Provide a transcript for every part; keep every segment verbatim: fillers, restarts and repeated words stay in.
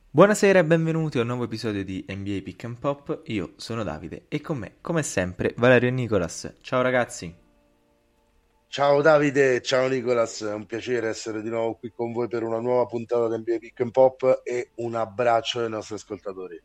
Buonasera e benvenuti a un nuovo episodio di N B A Pick and Pop. Io sono Davide e con me, come sempre, Valerio e Nicolas. Ciao ragazzi. Ciao Davide, ciao Nicolas, è un piacere essere di nuovo qui con voi per una nuova puntata di N B A Pick and Pop e un abbraccio ai nostri ascoltatori.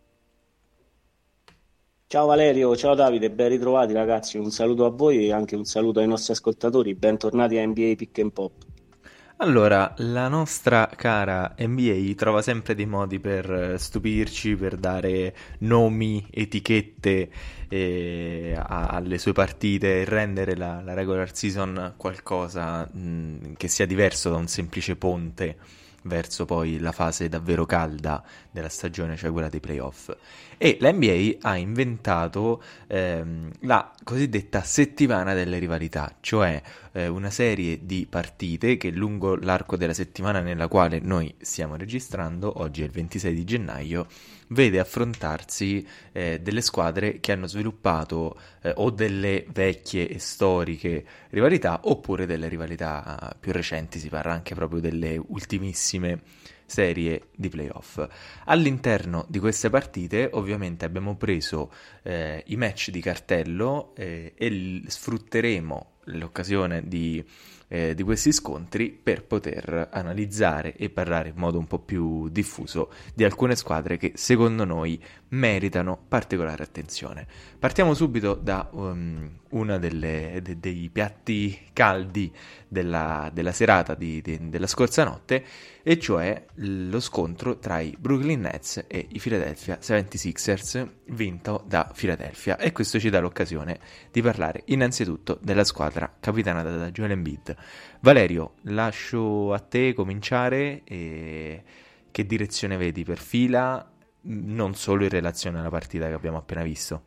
Ciao Valerio, ciao Davide, ben ritrovati ragazzi, un saluto a voi e anche un saluto ai nostri ascoltatori, bentornati a N B A Pick and Pop. Allora, la nostra cara N B A trova sempre dei modi per eh, stupirci, per dare nomi, etichette eh, a- alle sue partite e rendere la, la regular season qualcosa mh, che sia diverso da un semplice ponte verso poi la fase davvero calda della stagione, cioè quella dei playoff. E la N B A ha inventato ehm, la cosiddetta settimana delle rivalità, cioè eh, una serie di partite che lungo l'arco della settimana nella quale noi stiamo registrando, oggi è il ventisei di gennaio, vede affrontarsi eh, delle squadre che hanno sviluppato eh, o delle vecchie e storiche rivalità oppure delle rivalità più recenti, si parla anche proprio delle ultimissime serie di playoff. All'interno di queste partite ovviamente abbiamo preso eh, i match di cartello eh, e l- sfrutteremo l'occasione di, eh, di questi scontri per poter analizzare e parlare in modo un po' più diffuso di alcune squadre che secondo noi meritano particolare attenzione. Partiamo subito da um, uno de- dei piatti caldi della, della serata di- di- della scorsa notte, e cioè lo scontro tra i Brooklyn Nets e i Philadelphia settantasei ers, vinto da Philadelphia, e questo ci dà l'occasione di parlare innanzitutto della squadra capitanata da Joel Embiid. Valerio, lascio a te cominciare. E che direzione vedi per Fila, non solo in relazione alla partita che abbiamo appena visto?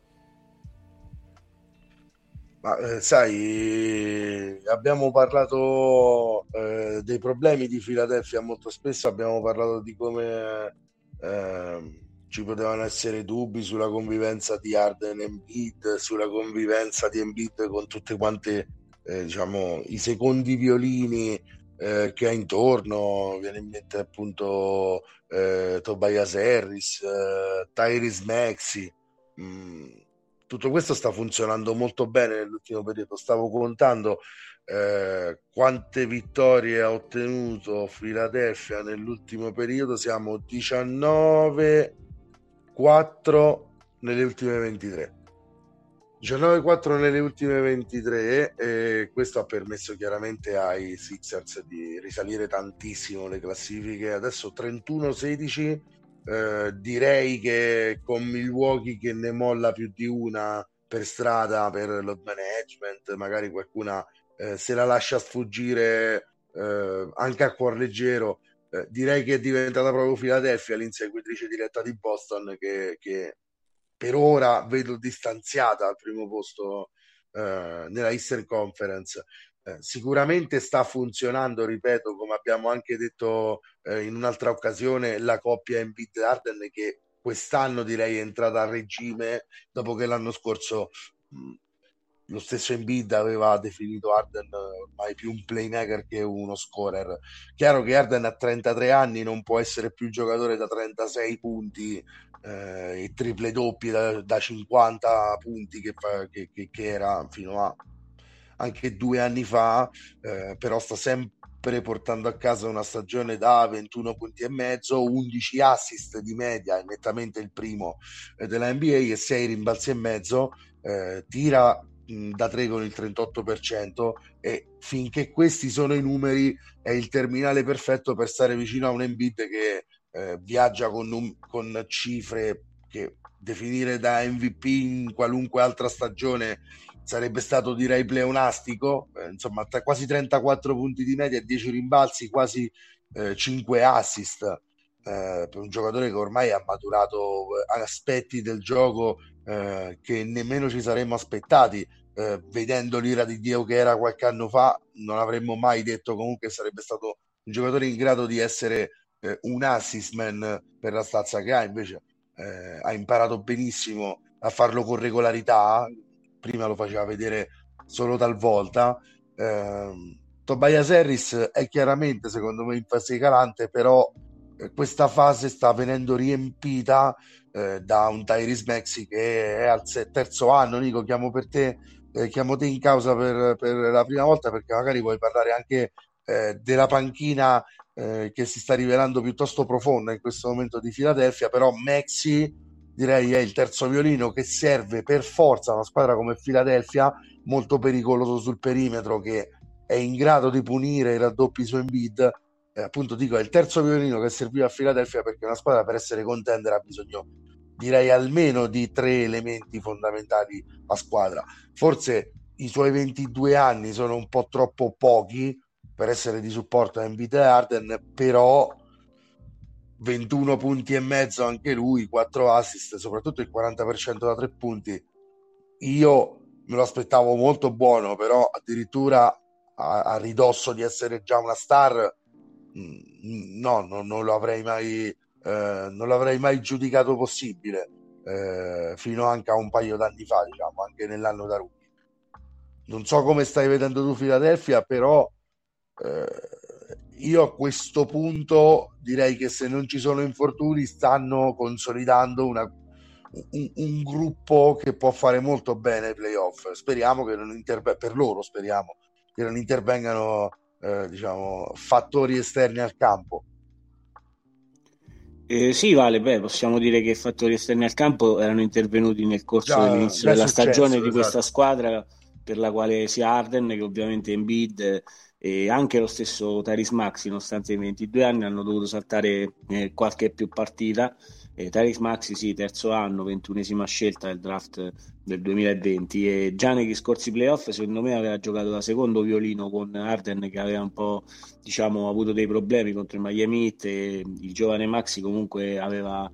Ma eh, sai, abbiamo parlato eh, dei problemi di Philadelphia molto spesso, abbiamo parlato di come ehm, ci potevano essere dubbi sulla convivenza di Harden e Embiid, sulla convivenza di Embiid con tutte quante, eh, diciamo, i secondi violini eh, che ha intorno. Viene in mente appunto eh, Tobias Harris, eh, Tyrese Maxey. Mm, Tutto questo sta funzionando molto bene nell'ultimo periodo. Stavo contando eh, quante vittorie ha ottenuto Philadelphia nell'ultimo periodo. Siamo diciannove quattro nelle ultime ventitré. diciannove quattro nelle ultime ventitré, e questo ha permesso chiaramente ai Sixers di risalire tantissimo le classifiche. Adesso trentuno sedici, eh, direi che con Milwaukee che ne molla più di una per strada per load management, magari qualcuna eh, se la lascia sfuggire eh, anche a cuor leggero. Eh, direi che è diventata proprio Philadelphia l'inseguitrice diretta di Boston, che, che per ora vedo distanziata al primo posto eh, nella Eastern Conference. Eh, sicuramente sta funzionando, ripeto, come abbiamo anche detto eh, in un'altra occasione, la coppia Embiid-Harden, che quest'anno direi è entrata a regime dopo che l'anno scorso mh, lo stesso Embiid aveva definito Harden ormai più un playmaker che uno scorer. Chiaro che Harden a trentatré anni non può essere più giocatore da trentasei punti eh, e triple doppie da, da cinquanta punti che, fa, che, che, che era fino a anche due anni fa, eh, però sta sempre portando a casa una stagione da ventuno punti e mezzo, undici assist di media, è nettamente il primo eh, della N B A, e sei rimbalzi e mezzo, eh, tira mh, da tre con il trentotto per cento, e finché questi sono i numeri è il terminale perfetto per stare vicino a un Embiid che eh, viaggia con, un, con cifre che definire da M V P in qualunque altra stagione sarebbe stato direi pleonastico. Eh, insomma, tra quasi trentaquattro punti di media, dieci rimbalzi, quasi eh, cinque assist, eh, per un giocatore che ormai ha maturato eh, aspetti del gioco eh, che nemmeno ci saremmo aspettati. Eh, vedendo l'ira di Dio che era qualche anno fa, non avremmo mai detto comunque sarebbe stato un giocatore in grado di essere eh, un assist man per la stazza che ha. Invece eh, ha imparato benissimo a farlo con regolarità. Prima lo faceva vedere solo talvolta. Eh, Tobias Harris è chiaramente secondo me in fase calante, però eh, questa fase sta venendo riempita eh, da un Tyrese Maxey che è al se- terzo anno. Nico, chiamo per te, eh, chiamo te in causa per, per la prima volta perché magari vuoi parlare anche eh, della panchina eh, che si sta rivelando piuttosto profonda in questo momento di Philadelphia, però Maxey direi è il terzo violino che serve per forza a una squadra come Philadelphia, molto pericoloso sul perimetro, che è in grado di punire i raddoppi su Embiid. Eh, appunto dico, è il terzo violino che serviva a Philadelphia perché una squadra per essere contender ha bisogno, direi, almeno di tre elementi fondamentali a squadra. Forse i suoi ventidue anni sono un po' troppo pochi per essere di supporto a Embiid e Harden, però ventuno punti e mezzo anche lui, quattro assist, soprattutto il quaranta per cento da tre punti. Io me lo aspettavo molto buono, però addirittura a, a ridosso di essere già una star, mh, no, no, non lo avrei mai, eh, non l'avrei mai giudicato possibile, eh, fino anche a un paio d'anni fa, diciamo, anche nell'anno da rookie. Non so come stai vedendo tu Philadelphia, però eh, io a questo punto direi che se non ci sono infortuni stanno consolidando una, un, un gruppo che può fare molto bene ai playoff. Speriamo che non interve- per loro speriamo che non intervengano eh, diciamo fattori esterni al campo. Eh, sì, Vale, beh, possiamo dire che i fattori esterni al campo erano intervenuti nel corso Già, dell'inizio già è della stagione successo, di questa esatto. squadra, per la quale sia Harden che ovviamente Embiid e anche lo stesso Tyrese Maxey, nonostante i ventidue anni, hanno dovuto saltare eh, qualche più partita. Eh, Tyrese Maxey, sì, terzo anno, ventunesima scelta del draft del duemilaventi, e già negli scorsi playoff secondo me aveva giocato da secondo violino con Harden, che aveva un po', diciamo, avuto dei problemi contro il Miami Heat, e il giovane Maxi comunque aveva,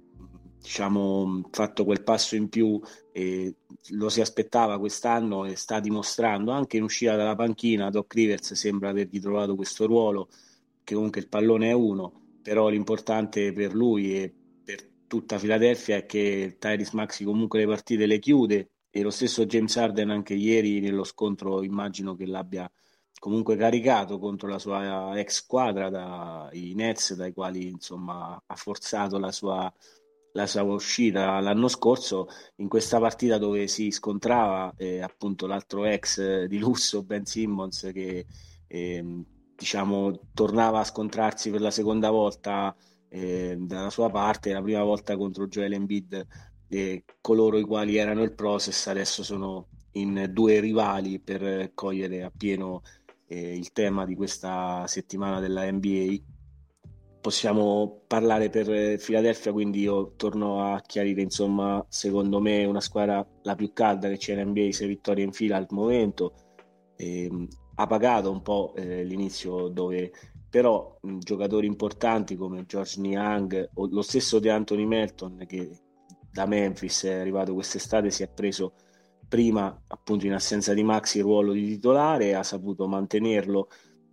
diciamo, fatto quel passo in più e lo si aspettava quest'anno, e sta dimostrando anche in uscita dalla panchina. Doc Rivers sembra aver ritrovato questo ruolo, che comunque il pallone è uno, però l'importante per lui e per tutta Philadelphia è che Tyrese Maxey comunque le partite le chiude, e lo stesso James Harden anche ieri nello scontro immagino che l'abbia comunque caricato contro la sua ex squadra, dai Nets, dai quali insomma ha forzato la sua, la sua uscita l'anno scorso. In questa partita dove si scontrava eh, appunto l'altro ex eh, di lusso, Ben Simmons, che ehm, diciamo tornava a scontrarsi per la seconda volta eh, dalla sua parte, la prima volta contro Joel Embiid, e coloro i quali erano il process adesso sono in due rivali per cogliere appieno eh, il tema di questa settimana della N B A. Possiamo parlare per eh, Philadelphia, quindi io torno a chiarire, insomma, secondo me una squadra la più calda che c'è in N B A, sei vittorie in fila al momento. Ehm, ha pagato un po' eh, l'inizio, dove però mh, giocatori importanti come George Niang o lo stesso De Anthony Melton, che da Memphis è arrivato quest'estate, si è preso prima appunto in assenza di Maxi il ruolo di titolare, ha saputo mantenerlo,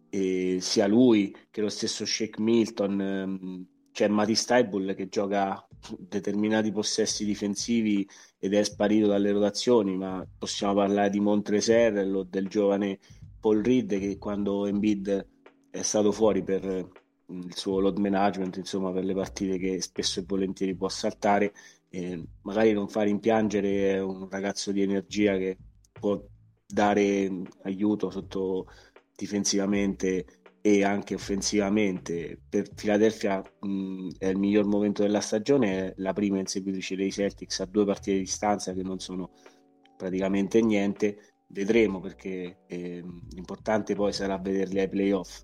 e sia lui che lo stesso Shake Milton. Ehm, c'è Matisse Thybulle che gioca determinati possessi difensivi ed è sparito dalle rotazioni, ma possiamo parlare di Montrezl o del giovane Paul Reed, che quando Embiid è stato fuori per eh, il suo load management, insomma per le partite che spesso e volentieri può saltare, eh, magari non fa rimpiangere un ragazzo di energia che può dare aiuto sotto difensivamente e anche offensivamente. Per Philadelphia mh, è il miglior momento della stagione, è la prima inseguitrice dei Celtics a due partite di distanza, che non sono praticamente niente. Vedremo, perché eh, l'importante poi sarà vederli ai playoff,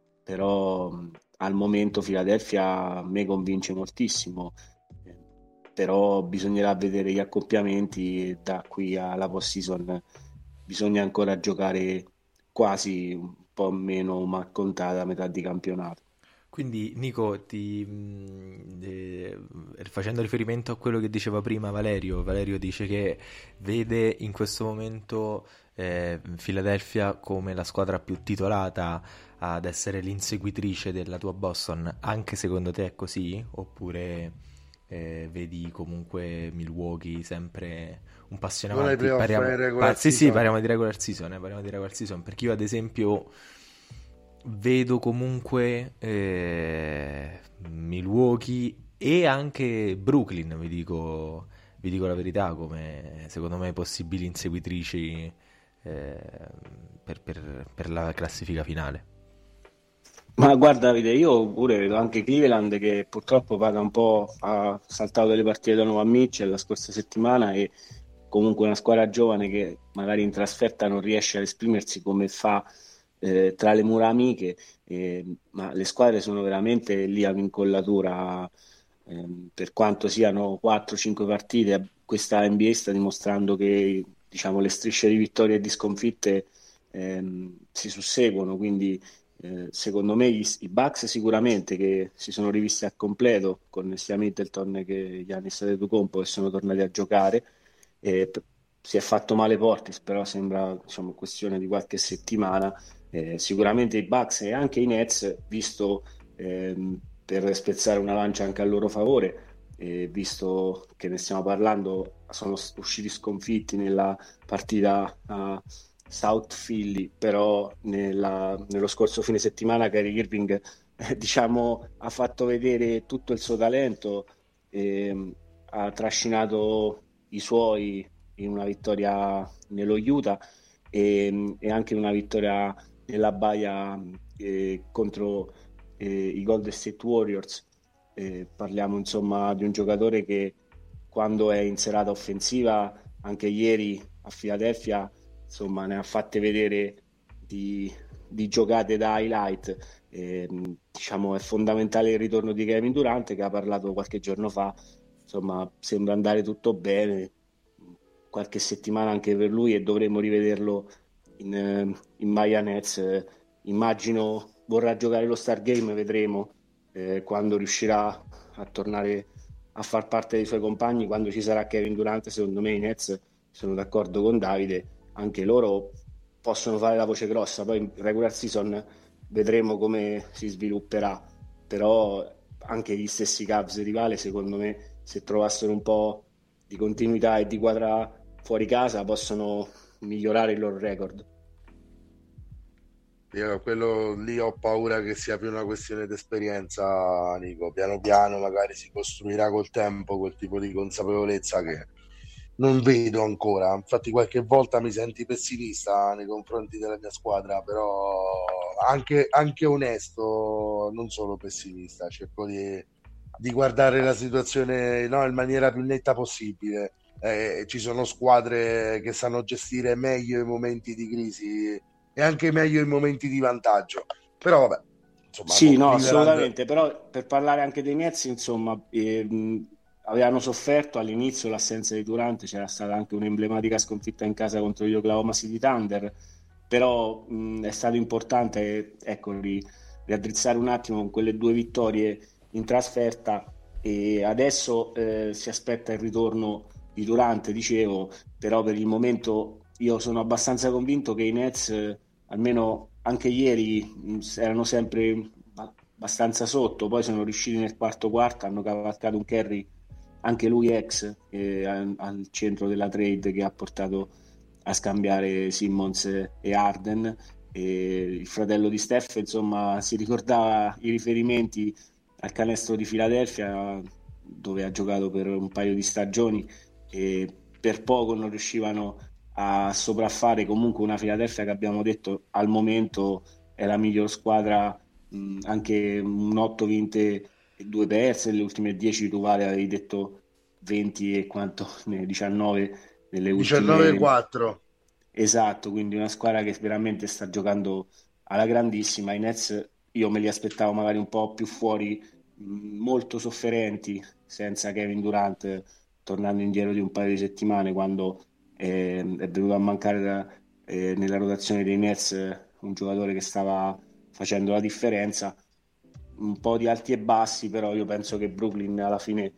però mh, al momento Philadelphia a me convince moltissimo. Eh, però bisognerà vedere gli accoppiamenti, e da qui alla post-season bisogna ancora giocare quasi un po' meno ma contata a metà di campionato. Quindi Nico, ti, mh, eh, facendo riferimento a quello che diceva prima Valerio, Valerio dice che vede in questo momento eh, Philadelphia come la squadra più titolata ad essere l'inseguitrice della tua Boston. Anche secondo te è così? Oppure eh, vedi comunque Milwaukee sempre un passo in Non ai avanti? playoff, Parliamo, in par- regular sì, sì, season. parliamo di regular season, eh, parliamo di regular season, perché io ad esempio vedo comunque eh, Milwaukee e anche Brooklyn, vi dico, vi dico la verità, come secondo me possibili inseguitrici eh, per, per- per la classifica finale. Ma guarda, Davide, io pure vedo anche Cleveland che purtroppo paga un po', ha saltato delle partite da Donovan Mitchell la scorsa settimana e comunque una squadra giovane che magari in trasferta non riesce ad esprimersi come fa eh, tra le mura amiche, eh, ma le squadre sono veramente lì all'incollatura, ehm, per quanto siano quattro cinque partite, questa N B A sta dimostrando che diciamo, le strisce di vittorie e di sconfitte ehm, si susseguono, quindi eh, secondo me gli- i Bucks sicuramente che si sono rivisti al completo con sia Middleton che Giannis Antetokounmpo che sono tornati a giocare. Eh, p- si è fatto male Portis, però sembra diciamo, questione di qualche settimana. Eh, sicuramente i Bucks e anche i Nets, visto ehm, per spezzare una lancia anche a loro favore, eh, visto che ne stiamo parlando, sono s- usciti sconfitti nella partita a South Philly, però nella- nello scorso fine settimana Kyrie Irving eh, diciamo, ha fatto vedere tutto il suo talento, ehm, ha trascinato i suoi in una vittoria nello Utah e, e anche una vittoria nella baia eh, contro eh, i Golden State Warriors. Eh, parliamo insomma di un giocatore che quando è in serata offensiva, anche ieri a Philadelphia, insomma, ne ha fatte vedere di, di giocate da highlight. Eh, diciamo, è fondamentale il ritorno di Kevin Durant, che ha parlato qualche giorno fa. Insomma, sembra andare tutto bene. Qualche settimana anche per lui e dovremmo rivederlo in, eh, in Maya Nets. Eh, immagino vorrà giocare lo Star Game, vedremo eh, quando riuscirà a tornare a far parte dei suoi compagni, quando ci sarà Kevin Durant. Secondo me i Nets, sono d'accordo con Davide, anche loro possono fare la voce grossa, poi in regular season vedremo come si svilupperà, però anche gli stessi Cavs rivali, secondo me, se trovassero un po' di continuità e di quadra fuori casa, possono migliorare il loro record. Io quello lì ho paura che sia più una questione di esperienza, Nico. Piano piano magari si costruirà col tempo quel tipo di consapevolezza che non vedo ancora. Infatti qualche volta mi senti pessimista nei confronti della mia squadra, però anche, anche onesto, non solo pessimista. Cerco di, di guardare la situazione, no, in maniera più netta possibile. Eh, ci sono squadre che sanno gestire meglio i momenti di crisi e anche meglio i momenti di vantaggio. Però vabbè, insomma, Sì, con no, Cleveland assolutamente, però per parlare anche dei Nets, insomma, ehm, avevano sofferto all'inizio l'assenza di Durant, c'era stata anche un'emblematica sconfitta in casa contro gli Oklahoma City Thunder, però mh, è stato importante, ecco, ri- raddrizzare un attimo con quelle due vittorie in trasferta e adesso eh, si aspetta il ritorno di Durant, dicevo, però per il momento io sono abbastanza convinto che i Nets, eh, almeno anche ieri, mh, erano sempre abbastanza sotto, poi sono riusciti nel quarto quarto, hanno cavalcato un Kerry, anche lui ex, eh, al, al centro della trade che ha portato a scambiare Simmons e Harden. E il fratello di Steph, insomma, si ricordava i riferimenti al canestro di Philadelphia, dove ha giocato per un paio di stagioni e per poco non riuscivano a sopraffare comunque una Philadelphia che abbiamo detto al momento è la miglior squadra, mh, anche un otto vinte e due perse, le ultime dieci tu Vale avevi detto venti e quanto, ne diciannove nelle ultime diciannove venti. quattro. Esatto, quindi una squadra che veramente sta giocando alla grandissima. I Nets io me li aspettavo magari un po' più fuori, mh, molto sofferenti senza Kevin Durant, tornando indietro di un paio di settimane quando eh, è venuto a mancare da- eh, nella rotazione dei Nets eh, un giocatore che stava facendo la differenza. Un po' di alti e bassi, però io penso che Brooklyn alla fine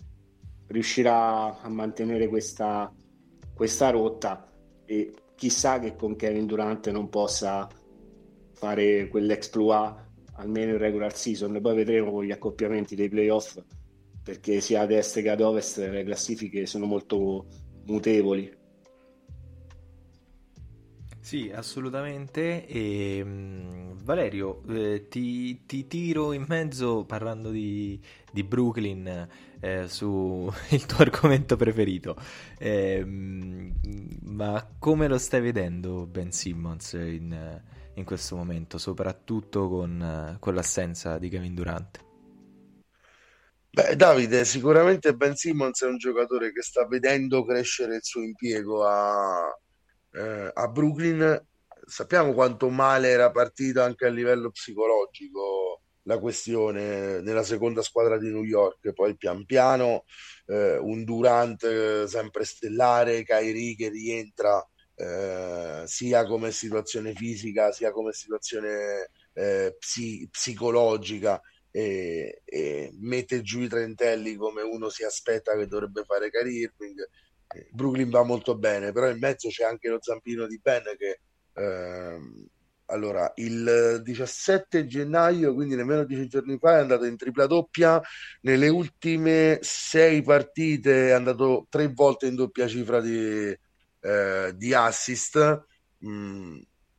riuscirà a mantenere questa, questa rotta e chissà che con Kevin Durant non possa fare quell'exploit almeno in regular season. Poi vedremo con gli accoppiamenti dei playoff, perché sia ad est che ad ovest le classifiche sono molto mutevoli. Sì, assolutamente. E, mh, Valerio, eh, ti, ti tiro in mezzo parlando di, di Brooklyn eh, su il tuo argomento preferito. Eh, mh, ma come lo stai vedendo Ben Simmons in, in questo momento, soprattutto con, eh, con l'assenza di Kevin Durant? Beh, Davide, sicuramente Ben Simmons è un giocatore che sta vedendo crescere il suo impiego a, eh, a Brooklyn. Sappiamo quanto male era partita anche a livello psicologico la questione nella seconda squadra di New York, poi pian piano eh, un Durant eh, sempre stellare, Kyrie che rientra eh, sia come situazione fisica sia come situazione eh, psi- psicologica e, e mette giù i trentelli come uno si aspetta che dovrebbe fare Kyrie Irving. Eh, Brooklyn va molto bene, però in mezzo c'è anche lo zampino di Ben che ehm, allora il diciassette gennaio, quindi nemmeno dieci giorni fa, è andato in tripla doppia. Nelle ultime sei partite è andato tre volte in doppia cifra di, eh, di assist. Mm,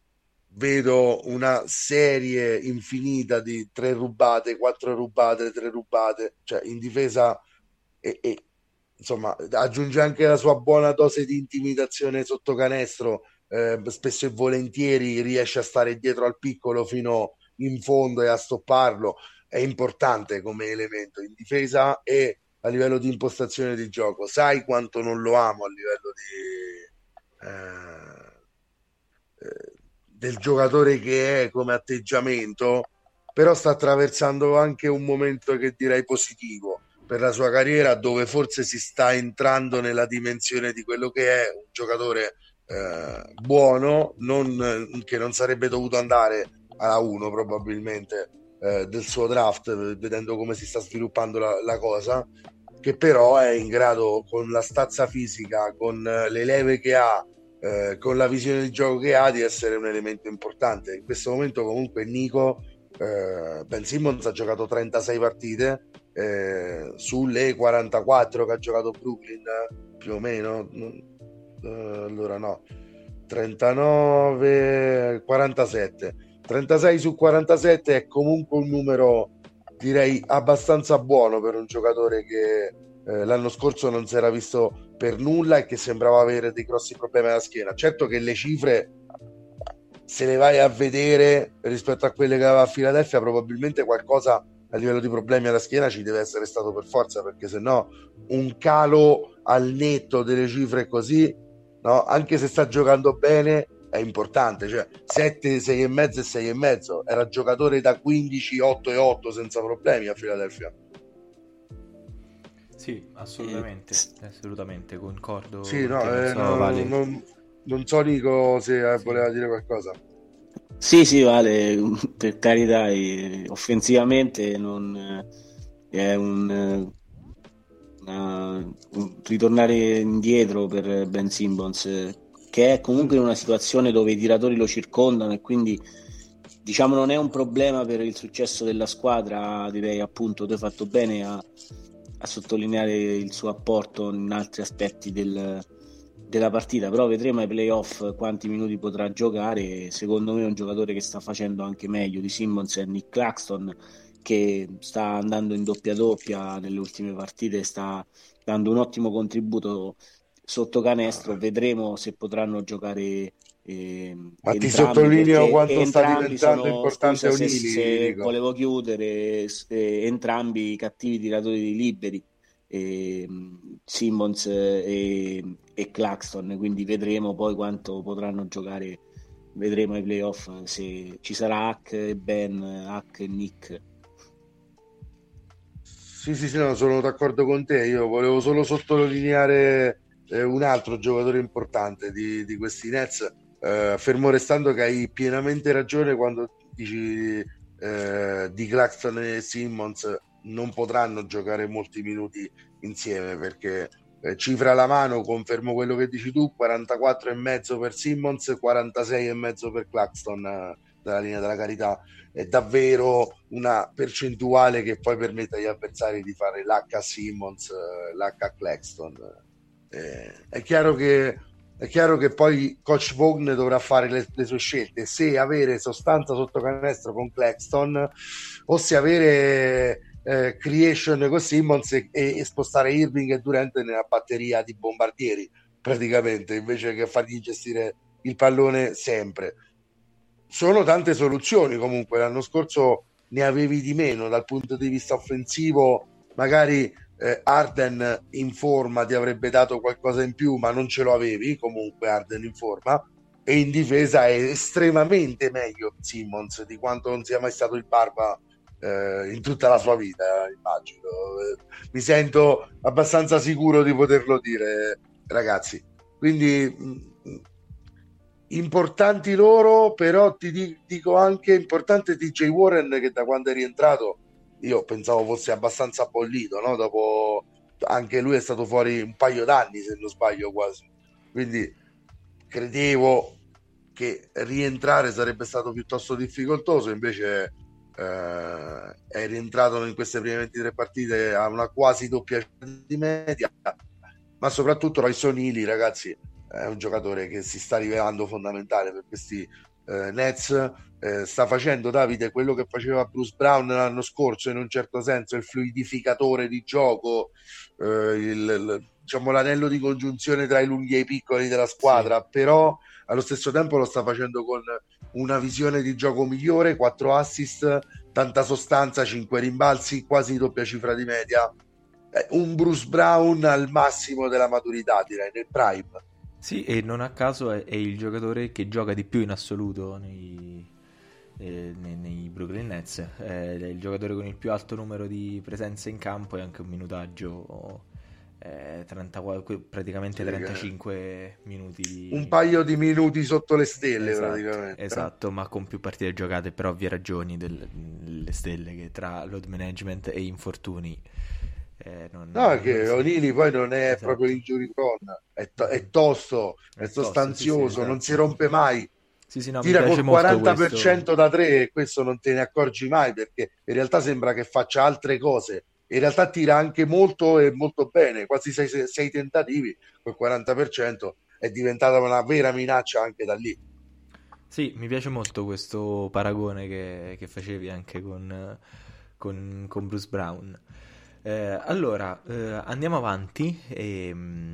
vedo una serie infinita di tre rubate, quattro rubate, tre rubate, cioè in difesa e, e, insomma aggiunge anche la sua buona dose di intimidazione sotto canestro, eh, spesso e volentieri riesce a stare dietro al piccolo fino in fondo e a stopparlo, è importante come elemento in difesa e a livello di impostazione di gioco. Sai quanto non lo amo a livello di eh, eh, del giocatore che è come atteggiamento, però sta attraversando anche un momento che direi positivo per la sua carriera, dove forse si sta entrando nella dimensione di quello che è un giocatore eh, buono, non, che non sarebbe dovuto andare alla uno probabilmente eh, del suo draft, vedendo come si sta sviluppando la, la cosa, che però è in grado, con la stazza fisica, con le leve che ha, eh, con la visione di gioco che ha, di essere un elemento importante. In questo momento comunque Nico, eh, Ben Simmons ha giocato trentasei partite eh, sulle quarantaquattro che ha giocato Brooklyn, più o meno. Eh, allora no, trentanove, quarantasette. trentasei su quarantasette è comunque un numero direi abbastanza buono per un giocatore che eh, l'anno scorso non si era visto per nulla e che sembrava avere dei grossi problemi alla schiena. Certo che le cifre, se le vai a vedere rispetto a quelle che aveva a Philadelphia, probabilmente qualcosa a livello di problemi alla schiena ci deve essere stato per forza, perché se no un calo al netto delle cifre così, no? Anche se sta giocando bene è importante, cioè sette, sei e mezzo e sei e mezzo, era giocatore da quindici, otto e otto senza problemi a Philadelphia. Sì, assolutamente, assolutamente, concordo Sì, con no, te, non eh, so, non, Vale. non, non so Nico se eh, Sì. voleva dire qualcosa. Sì, sì, vale, per carità, eh, offensivamente non eh, è un, eh, una- un ritornare indietro per Ben Simmons, eh, che è comunque in una situazione dove i tiratori lo circondano e quindi diciamo non è un problema per il successo della squadra. Direi appunto tu hai fatto bene a, a sottolineare il suo apporto in altri aspetti del, della partita, però vedremo ai playoff quanti minuti potrà giocare. Secondo me è un giocatore che sta facendo anche meglio di Simmons e Nick Claxton, che sta andando in doppia doppia nelle ultime partite, sta dando un ottimo contributo sotto canestro. Vedremo se potranno giocare eh, Ma ti entrambi, sottolineo perché quanto sta entrambi diventando sono, importante scusa se, O'Neal, se Nico. volevo chiudere, eh, entrambi cattivi tiratori liberi, eh, Simmons e, e Claxton, quindi vedremo poi quanto potranno giocare. Vedremo ai playoff se ci sarà Hack e Ben, Hack e Nick. Sì, sì, sì, no, sono d'accordo con te. Io volevo solo sottolineare eh, un altro giocatore importante di, di questi Nets, eh, fermo restando che hai pienamente ragione quando dici eh, di Claxton e Simmons non potranno giocare molti minuti insieme perché eh, cifra alla mano, confermo quello che dici tu, quarantaquattro e mezzo per Simmons, quarantasei e mezzo per Claxton eh, dalla linea della carità. È davvero una percentuale che poi permette agli avversari di fare l'H Simmons, l'H Claxton. Eh, è chiaro che è chiaro che poi coach Vaughn dovrà fare le, le sue scelte, se avere sostanza sotto canestro con Claxton o se avere eh, creation con Simmons e, e spostare Irving e Durant nella batteria di bombardieri praticamente, invece che fargli gestire il pallone sempre. Sono tante soluzioni comunque, l'anno scorso ne avevi di meno dal punto di vista offensivo, magari eh, Harden in forma ti avrebbe dato qualcosa in più, ma non ce lo avevi comunque Harden in forma, e in difesa è estremamente meglio Simmons di quanto non sia mai stato il Barba eh, in tutta la sua vita, immagino. Eh, mi sento abbastanza sicuro di poterlo dire, ragazzi. Quindi mh, importanti loro, però ti di- dico anche importante T J Warren, che da quando è rientrato io pensavo fosse abbastanza bollito, no? Dopo anche lui è stato fuori un paio d'anni, se non sbaglio quasi, quindi credevo che rientrare sarebbe stato piuttosto difficoltoso, invece eh, è rientrato in queste prime ventitré partite a una quasi doppia di media, ma soprattutto Royce O'Neal, ragazzi, è un giocatore che si sta rivelando fondamentale per questi eh, Nets. Eh, sta facendo, Davide, quello che faceva Bruce Brown l'anno scorso, in un certo senso il fluidificatore di gioco, eh, il, il, diciamo l'anello di congiunzione tra i lunghi e i piccoli della squadra, sì. Però allo stesso tempo lo sta facendo con una visione di gioco migliore, quattro assist, tanta sostanza, cinque rimbalzi, quasi doppia cifra di media. Eh, un Bruce Brown al massimo della maturità, direi, nel prime. Sì, e non a caso è, è il giocatore che gioca di più in assoluto nei, eh, nei, nei Brooklyn Nets. È il giocatore con il più alto numero di presenze in campo e anche un minutaggio eh, trentaquattro, praticamente sì, trentacinque che... minuti di... un paio di minuti sotto le stelle, esatto, praticamente. Esatto, ma con più partite giocate per ovvie ragioni delle, delle stelle, che tra load management e infortuni Eh, non, no, non che si... O'Neal poi non è esatto. proprio injury prone, è, to- è tosto, è, è sostanzioso, tosto, sì, sì, esatto. Non si rompe mai, sì, sì, no, tira col quaranta per cento questo... da tre e questo non te ne accorgi mai, perché in realtà sembra che faccia altre cose, in realtà tira anche molto e molto bene, quasi sei, sei tentativi, col quaranta per cento è diventata una vera minaccia anche da lì. Sì, mi piace molto questo paragone che, che facevi anche con, con, con Bruce Brown. Eh, allora, eh, andiamo avanti e,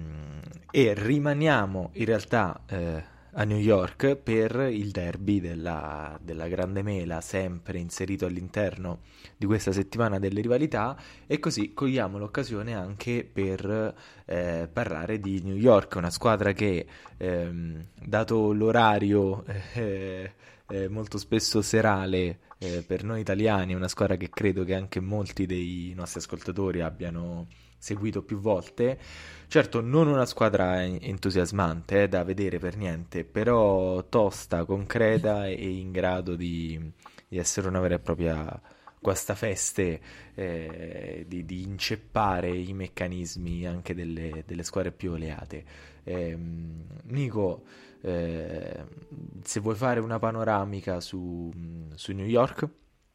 e rimaniamo in realtà eh, a New York per il derby della, della Grande Mela, sempre inserito all'interno di questa settimana delle rivalità, e così cogliamo l'occasione anche per eh, parlare di New York, una squadra che, ehm, dato l'orario eh, eh, molto spesso serale, Eh, per noi italiani, è una squadra che credo che anche molti dei nostri ascoltatori abbiano seguito più volte. Certo, non una squadra entusiasmante eh, da vedere per niente, però tosta, concreta e in grado di, di essere una vera e propria guastafeste, eh, di, di inceppare i meccanismi anche delle, delle squadre più oleate. Eh, Nico, eh, se vuoi fare una panoramica su, su New York.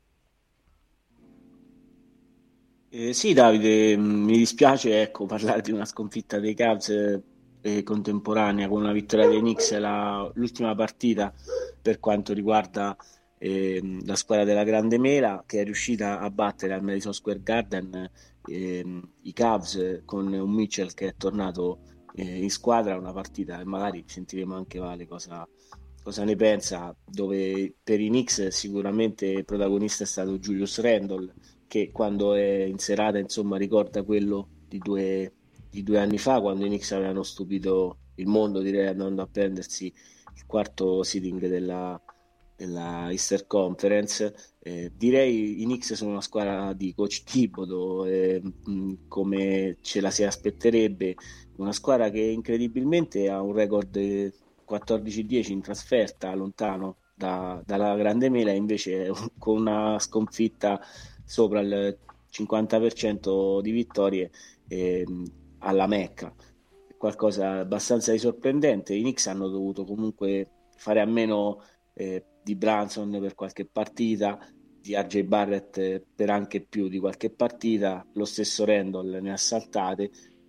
Eh, sì, Davide, mi dispiace ecco, parlare di una sconfitta dei Cavs eh, contemporanea con una vittoria dei Knicks, la, l'ultima partita per quanto riguarda eh, la squadra della Grande Mela, che è riuscita a battere al Madison Square Garden eh, i Cavs con un Mitchell che è tornato eh, in squadra, una partita e magari sentiremo anche Vale cosa, cosa ne pensa, dove per i Knicks sicuramente il protagonista è stato Julius Randle, che quando è in serata insomma ricorda quello di due, di due anni fa, quando i Knicks avevano stupito il mondo, direi, andando a prendersi il quarto seeding della, della Eastern Conference. Eh, direi i Knicks sono una squadra di coach Thibodeau, eh, mh, come ce la si aspetterebbe, una squadra che incredibilmente ha un record quattordici dieci in trasferta, lontano da, dalla Grande Mela, invece con una sconfitta sopra il cinquanta per cento di vittorie eh, alla Mecca, qualcosa abbastanza di sorprendente. I Knicks hanno dovuto comunque fare a meno eh, di Brunson per qualche partita, di R J Barrett per anche più di qualche partita, lo stesso Randall ne ha saltate,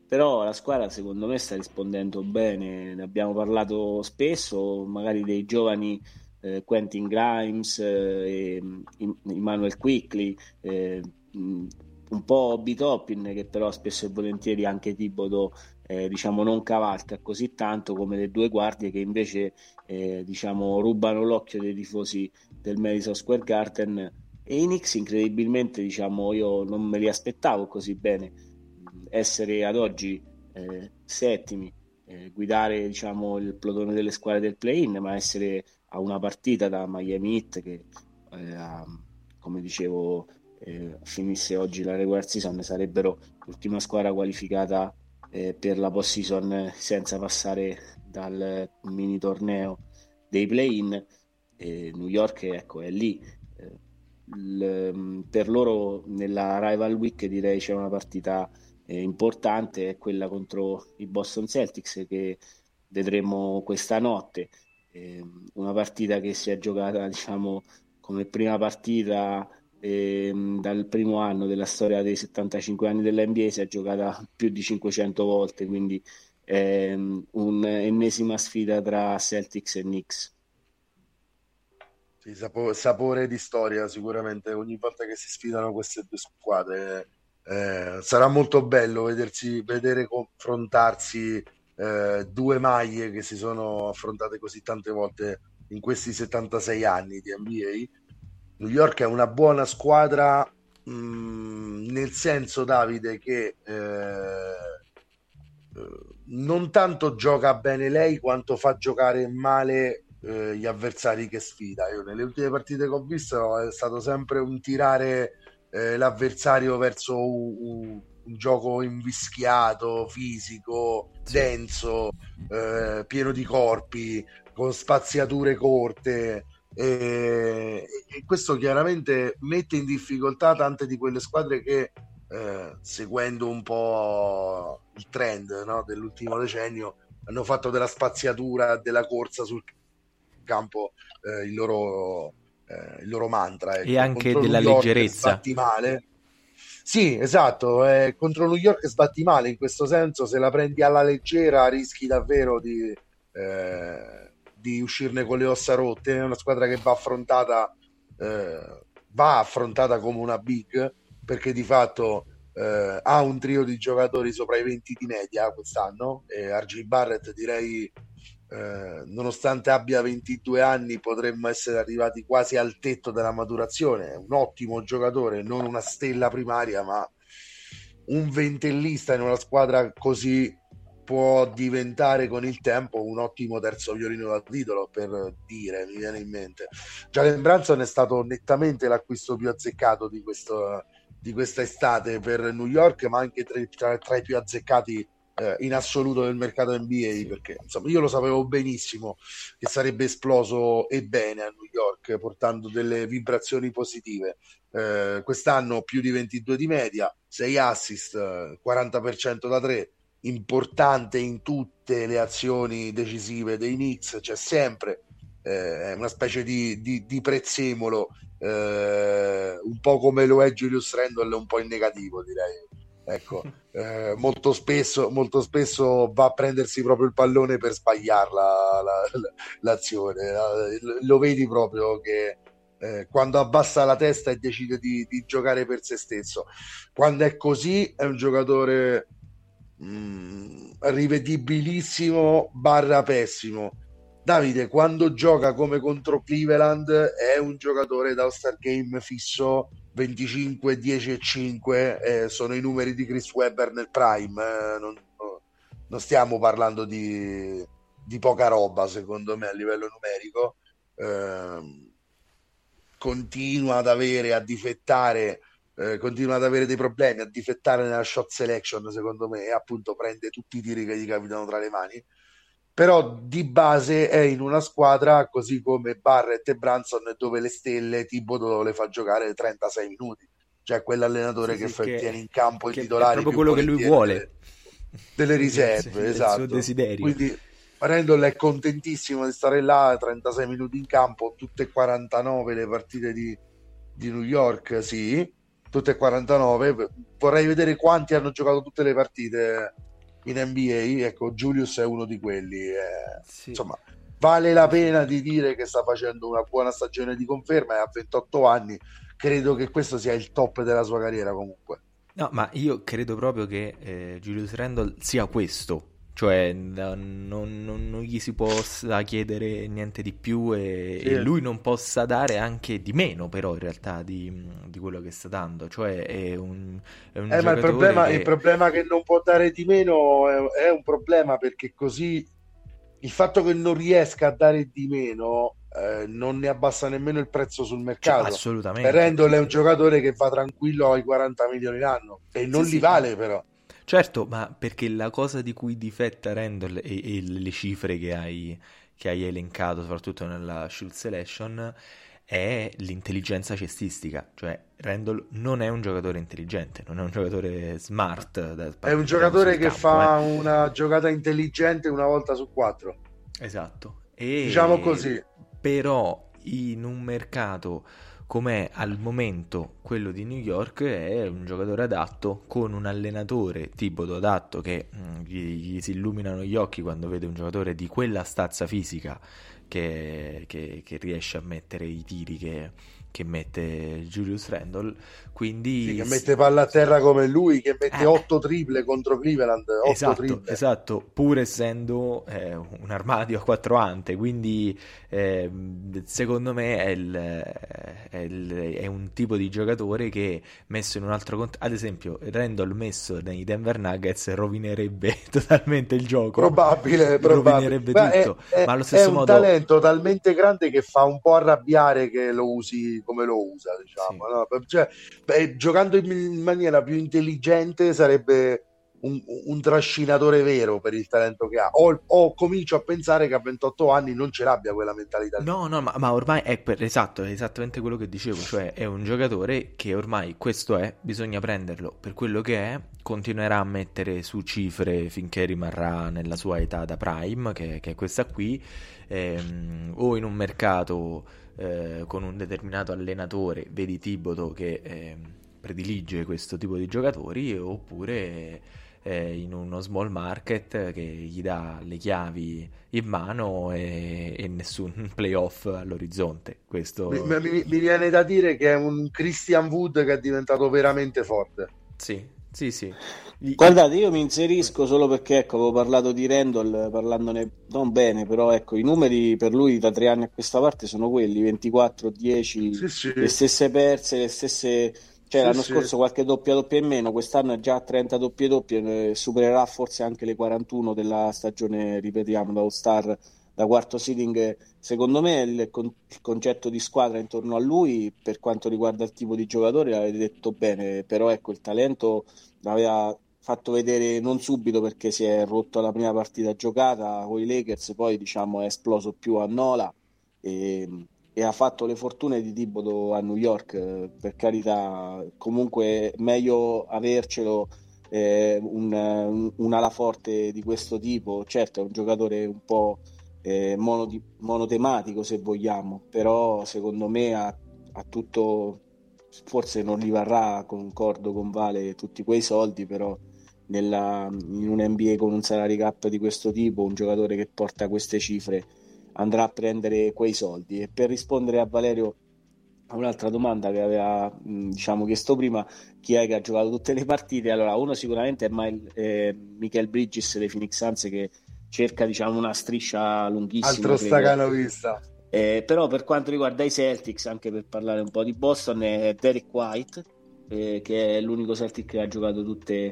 però la squadra secondo me sta rispondendo bene, ne abbiamo parlato spesso, magari dei giovani eh, Quentin Grimes, eh, e Emmanuel Quickly, eh, mh, un po' Obi Toppin, che però spesso e volentieri anche Thibodeau eh, diciamo non cavalca così tanto, come le due guardie che invece eh, diciamo rubano l'occhio dei tifosi del Madison Square Garden. E i Knicks incredibilmente, diciamo, io non me li aspettavo così bene, essere ad oggi eh, settimi, eh, guidare diciamo il plotone delle squadre del play-in, ma essere a una partita da Miami Heat che eh, ha, come dicevo eh, finisse oggi la regular season, sarebbero l'ultima squadra qualificata eh, per la post season senza passare dal mini torneo dei play-in. eh, New York ecco è lì. eh, il, per loro nella rival week direi c'è una partita eh, importante, è quella contro i Boston Celtics che vedremo questa notte. eh, una partita che si è giocata diciamo come prima partita eh, dal primo anno della storia dei settantacinque anni dell'N B A, si è giocata più di cinquecento volte, quindi è um, un'ennesima sfida tra Celtics e Knicks. Sì, sapo- sapore di storia sicuramente ogni volta che si sfidano queste due squadre. Eh, sarà molto bello vedersi, vedere confrontarsi eh, due maglie che si sono affrontate così tante volte in questi settantasei anni di N B A. New York è una buona squadra, mh, nel senso, Davide, che eh, eh, non tanto gioca bene lei quanto fa giocare male eh, gli avversari che sfida. Io nelle ultime partite che ho visto è stato sempre un tirare eh, l'avversario verso un, un- un gioco invischiato, fisico, Sì. denso, eh, pieno di corpi, con spaziature corte. E, e questo chiaramente mette in difficoltà tante di quelle squadre che, eh, seguendo un po' il trend, no, dell'ultimo decennio, hanno fatto della spaziatura, della corsa sul campo eh, il loro, eh, il loro mantra. E Ecco. anche Contro New della York leggerezza. sbatti male. Sì, esatto, eh, contro New York sbatti male, in questo senso se la prendi alla leggera rischi davvero di, eh, di uscirne con le ossa rotte. È una squadra che va affrontata, eh, va affrontata come una big, perché di fatto eh, ha un trio di giocatori sopra i venti di media quest'anno, e R J Barrett direi, eh, nonostante abbia ventidue anni, potremmo essere arrivati quasi al tetto della maturazione. È un ottimo giocatore, non una stella primaria, ma un ventellista in una squadra così può diventare con il tempo un ottimo terzo violino da titolo, per dire, mi viene in mente. Jalen Brunson è stato nettamente l'acquisto più azzeccato di questo, di questa estate per New York, ma anche tra, tra, tra i più azzeccati eh, in assoluto del mercato N B A, Sì. perché insomma io lo sapevo benissimo che sarebbe esploso e bene a New York, portando delle vibrazioni positive. Eh, quest'anno più di ventidue di media, sei assist, eh, quaranta per cento da tre, importante in tutte le azioni decisive dei Knicks, c'è sempre eh, una specie di, di, di prezzemolo, eh, un po' come lo è Julius Randle, un po' in negativo direi. Ecco, eh, molto spesso, molto spesso va a prendersi proprio il pallone per sbagliarla la, la, l'azione. Lo vedi proprio che eh, quando abbassa la testa e decide di, di giocare per se stesso. Quando è così è un giocatore mm, rivedibilissimo barra pessimo. Davide, quando gioca come contro Cleveland, è un giocatore da All-Star Game fisso, venticinque, dieci e cinque, eh, sono i numeri di Chris Webber nel prime, eh, non, non stiamo parlando di, di poca roba secondo me a livello numerico. Eh, continua ad avere, a difettare, eh, continua ad avere dei problemi, a difettare nella shot selection secondo me, e appunto prende tutti i tiri che gli capitano tra le mani. Però di base è in una squadra così come Barrett e Branson, dove le stelle Thibodeau le fa giocare trentasei minuti, cioè quell'allenatore Sì, che sì, fa, che, tiene in campo i che è titolari proprio più quello che lui volentieri vuole. delle, delle Quindi è il, riserve, è il suo esatto. desiderio. Quindi Randall è contentissimo di stare là, trentasei minuti in campo, tutte e quarantanove le partite di, di New York, sì, tutte e quarantanove. Vorrei vedere quanti hanno giocato tutte le partite in N B A, ecco, Julius è uno di quelli. eh, Sì. Insomma, vale la pena di dire che sta facendo una buona stagione di conferma e ha ventotto anni. Credo che questo sia il top della sua carriera comunque. No, ma io credo proprio che eh, Julius Randle sia questo, cioè n- non, non- non gli si possa chiedere niente di più e, Sì. e lui non possa dare anche di meno, però in realtà di, di quello che sta dando, cioè è un, è un Eh, ma il giocatore problema, che... il problema che non può dare di meno è, è un problema, perché così il fatto che non riesca a dare di meno eh, non ne abbassa nemmeno il prezzo sul Cioè, mercato. E assolutamente. Randle è un giocatore che va tranquillo ai quaranta milioni l'anno e non Sì, li sì. vale però. Certo, ma perché la cosa di cui difetta Randall e, e le cifre che hai, che hai elencato, soprattutto nella shoot selection, è l'intelligenza cestistica. Cioè, Randall non è un giocatore intelligente, non è un giocatore smart, da- È un parliamo giocatore sul che campo, fa eh. una giocata intelligente una volta su quattro, Esatto. diciamo E così. però in un mercato com'è al momento quello di New York è un giocatore adatto con un allenatore Thibodeau adatto che mm, gli, gli si illuminano gli occhi quando vede un giocatore di quella stazza fisica che, che- che riesce a mettere i tiri che, che mette Julius Randle. Sì, Quindi che s- mette palla a terra come lui, che mette eh, otto triple contro Cleveland, otto Esatto, triple. esatto, pur essendo eh, un armadio a quattro ante, quindi ehm, secondo me è, il- è il- è un tipo di giocatore che messo in un altro contesto, ad esempio Randall messo nei Denver Nuggets rovinerebbe totalmente il gioco, Probabile, probabile. rovinerebbe Ma è, tutto, è- ma allo è stesso un modo, talento talmente grande che fa un po' arrabbiare che lo usi come lo usa, sì. diciamo, no? Cioè, beh, giocando in in maniera più intelligente sarebbe un, un trascinatore vero per il talento che ha. O, o comincio a pensare che a ventotto anni non ce l'abbia quella mentalità lì. No, no, ma, ma ormai è per, esatto, è esattamente quello che dicevo, cioè è un giocatore che ormai questo è, bisogna prenderlo per quello che è, continuerà a mettere su cifre finché rimarrà nella sua età da prime, che, che è questa qui, ehm, o in un mercato eh, con un determinato allenatore, vedi Thibodeau che ehm, predilige questo tipo di giocatori, oppure eh, in uno small market che gli dà le chiavi in mano e, e nessun playoff all'orizzonte. Mi, Questo mi- mi viene da dire che è un Christian Wood che è diventato veramente forte. sì, sì, sì. I- i- Guardate, io mi inserisco solo perché ecco, avevo parlato di Randall, parlandone non bene, però ecco, i numeri per lui da tre anni a questa parte sono quelli, ventiquattro, dieci, Sì, sì, le stesse perse, le stesse... Cioè sì, l'anno sì. scorso qualche doppia doppia in meno, quest'anno è già a trenta doppie doppie, eh, supererà forse anche le quarantuno della stagione, ripetiamo, da All-Star, da quarto seeding. Secondo me il, con- il concetto di squadra intorno a lui, per quanto riguarda il tipo di giocatore, l'avete detto bene, però ecco, il talento l'aveva fatto vedere non subito perché si è rotto la prima partita giocata con i Lakers, poi diciamo è esploso più a Nola e, e ha fatto le fortune di Thibodeau a New York, eh, per carità, comunque meglio avercelo eh, un, un, un'ala forte di questo tipo, certo è un giocatore un po' eh, monodi- monotematico se vogliamo, però secondo me ha, ha tutto, forse non li varrà, concordo con Vale, tutti quei soldi, però nella, in un N B A con un salary cap di questo tipo, un giocatore che porta queste cifre andrà a prendere quei soldi. E per rispondere a Valerio a un'altra domanda che aveva mh, diciamo chiesto prima, chi è che ha giocato tutte le partite? Allora, uno sicuramente è Mile, eh, Michael Bridges dei Phoenix Suns, che cerca diciamo una striscia lunghissima, Altro credo. stacanovista. Eh, però per quanto riguarda i Celtics, anche per parlare un po' di Boston, è Derek White, eh, che è l'unico Celtic che ha giocato tutte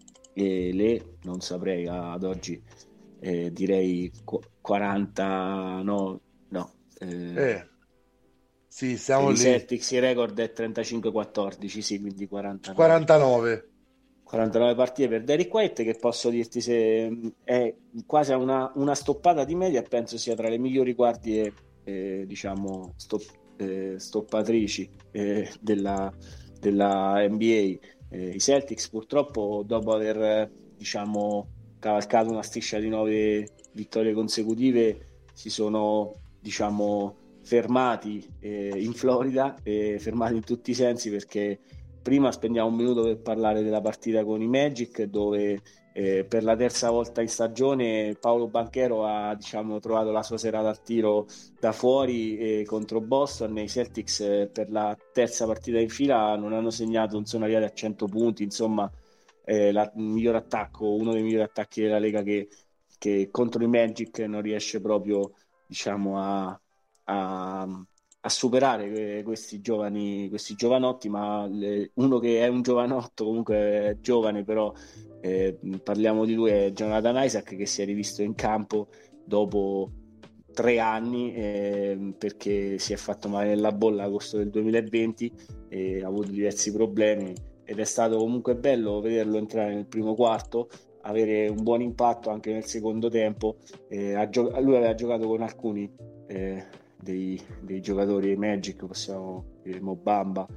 eh, le, non saprei ad oggi, eh, direi qu- quaranta, no, no, eh, Eh, sì, per siamo i lì. Celtics il record è trentacinque quattordici, sì, quindi quarantanove. quarantanove. quarantanove partite per Derrick White, che posso dirti se mh, è quasi a una, una stoppata di media, e penso sia tra le migliori guardie eh, diciamo stop- eh, stoppatrici eh, della, della N B A. Eh, i Celtics purtroppo, dopo aver eh, diciamo cavalcato una striscia di nove vittorie consecutive, si sono diciamo fermati eh, in Florida, eh, fermati in tutti i sensi, perché prima spendiamo un minuto per parlare della partita con i Magic, dove Eh, per la terza volta in stagione Paolo Banchero ha, diciamo, trovato la sua serata al tiro da fuori eh, contro Boston. I Celtics eh, per la terza partita in fila non hanno segnato, non sono arrivati a cento punti, insomma eh, la, il miglior attacco, uno dei migliori attacchi della Lega che, che contro i Magic non riesce proprio, diciamo, a, a, a superare questi giovani, questi giovanotti, ma le, uno che è un giovanotto, comunque è giovane, però eh, parliamo di lui, è Jonathan Isaac, che si è rivisto in campo dopo tre anni eh, perché si è fatto male nella bolla agosto del duemilaventi e ha avuto diversi problemi, ed è stato comunque bello vederlo entrare nel primo quarto, avere un buon impatto anche nel secondo tempo. Eh, ha gio- lui aveva giocato con alcuni eh, dei, dei giocatori Magic, possiamo dire Mo Bamba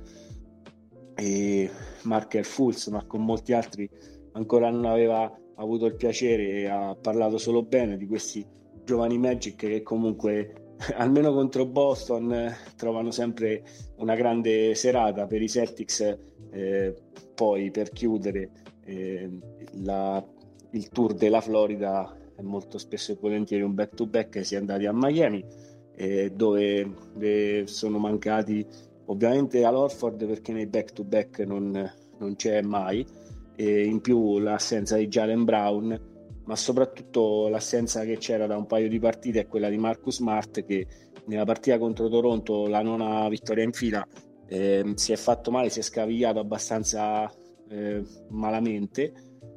e Markel Fultz, ma con molti altri ancora non aveva avuto il piacere e ha parlato solo bene di questi giovani Magic che comunque almeno contro Boston eh, trovano sempre una grande serata. Per i Celtics eh, poi per chiudere eh, la, il tour della Florida è molto spesso e volentieri un back to back. Si è andati a Miami eh, dove eh, sono mancati ovviamente all'Orford perché nei back to back non, non c'è mai, e in più l'assenza di Jaylen Brown, ma soprattutto l'assenza che c'era da un paio di partite è quella di Marcus Smart, che nella partita contro Toronto, la nona vittoria in fila, eh, si è fatto male, si è scavigliato abbastanza eh, malamente,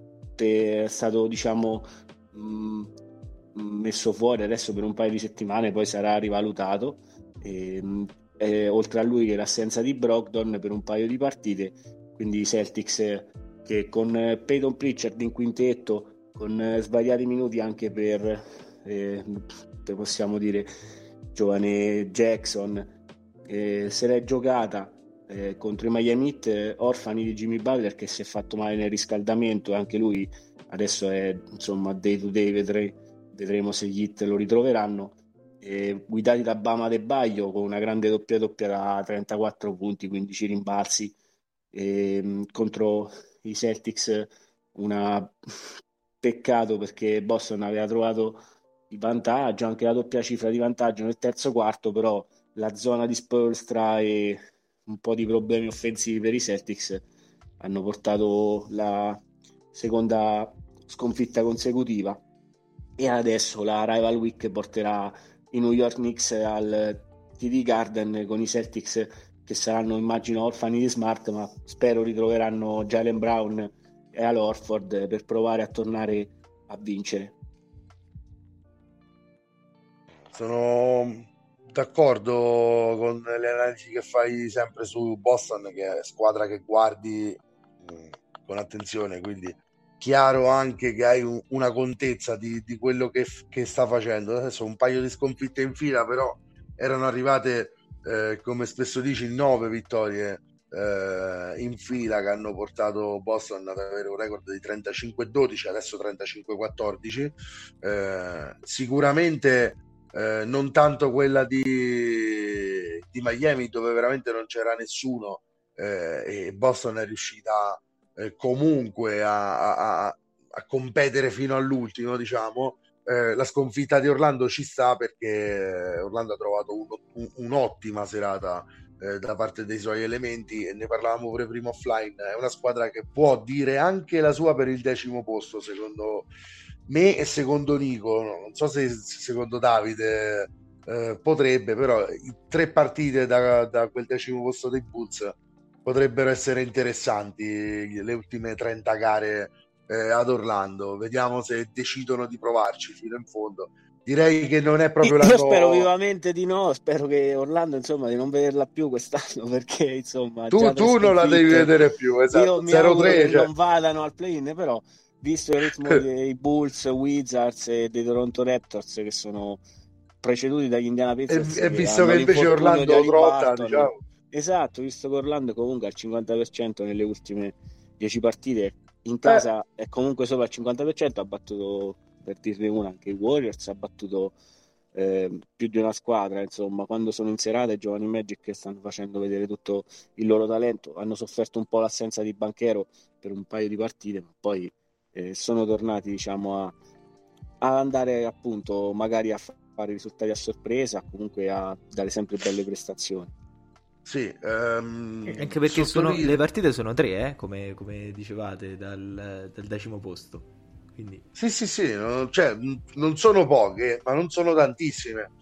è stato, diciamo, mh, messo fuori adesso per un paio di settimane, poi sarà rivalutato. E, eh, oltre a lui che l'assenza di Brogdon per un paio di partite, quindi i Celtics eh, che con eh, Peyton Pritchard in quintetto, con eh, svariati minuti anche per, eh, possiamo dire, giovane Jackson, eh, se l'è giocata eh, contro i Miami Heat, eh, orfani di Jimmy Butler che si è fatto male nel riscaldamento, e anche lui adesso è, insomma, day to day, vedre, vedremo se gli Heat lo ritroveranno. Eh, guidati da Bama Adebayo con una grande doppia doppia da trentaquattro punti, quindici rimbalzi, eh, contro i Celtics una peccato perché Boston aveva trovato il vantaggio, anche la doppia cifra di vantaggio nel terzo quarto, però la zona di Spoelstra e un po' di problemi offensivi per i Celtics hanno portato la seconda sconfitta consecutiva, e adesso la Rival Week porterà i New York Knicks al T D Garden con i Celtics che saranno, immagino, orfani di Smart, ma spero ritroveranno Jaylen Brown e Al Horford per provare a tornare a vincere. Sono d'accordo con le analisi che fai sempre su Boston, che è squadra che guardi mh, con attenzione, quindi chiaro anche che hai un, una contezza di, di quello che, che sta facendo. Adesso un paio di sconfitte in fila, però erano arrivate, eh, come spesso dici, nove vittorie eh, in fila che hanno portato Boston ad avere un record di trentacinque dodici, adesso trentacinque quattordici. Eh, sicuramente eh, non tanto quella di, di Miami, dove veramente non c'era nessuno eh, e Boston è riuscita eh, comunque a, a, a competere fino all'ultimo, diciamo. Eh, la sconfitta di Orlando ci sta perché Orlando ha trovato un, un, un'ottima serata eh, da parte dei suoi elementi, e ne parlavamo pure prima offline. È una squadra che può dire anche la sua per il decimo posto, secondo me e secondo Nico. Non so se secondo Davide eh, potrebbe, però tre partite da, da quel decimo posto dei Bulls potrebbero essere interessanti, le ultime trenta gare eh, ad Orlando. Vediamo se decidono di provarci fino in fondo. Direi che non è proprio Io l'anno... spero vivamente di no, spero che Orlando, insomma, di non vederla più quest'anno, perché insomma tu, già tre tu non la devi sconfitte. vedere più, esatto. Io mi zero auguro tre, che cioè... non vadano al play-in, però visto il ritmo dei Bulls, Wizards e dei Toronto Raptors, che sono preceduti dagli Indiana e, Pacers, e che visto hanno che invece l'infortunio di Orlando trotta, Haliburton, diciamo... esatto, visto che Orlando comunque al cinquanta per cento nelle ultime dieci partite, in Eh, casa è comunque sopra il cinquanta per cento, ha battuto, per dirne una, anche i Warriors, ha battuto eh, più di una squadra, insomma. Quando sono in serata i giovani Magic che stanno facendo vedere tutto il loro talento, hanno sofferto un po' l'assenza di Banchero per un paio di partite, ma poi eh, sono tornati, diciamo, a, a andare appunto magari a fare risultati a sorpresa, comunque a dare sempre belle prestazioni. Sì, um, anche perché sono, le partite sono tre, eh, come, come dicevate, dal, dal decimo posto. Quindi... Sì, sì, sì, no, cioè, non sono poche, ma non sono tantissime.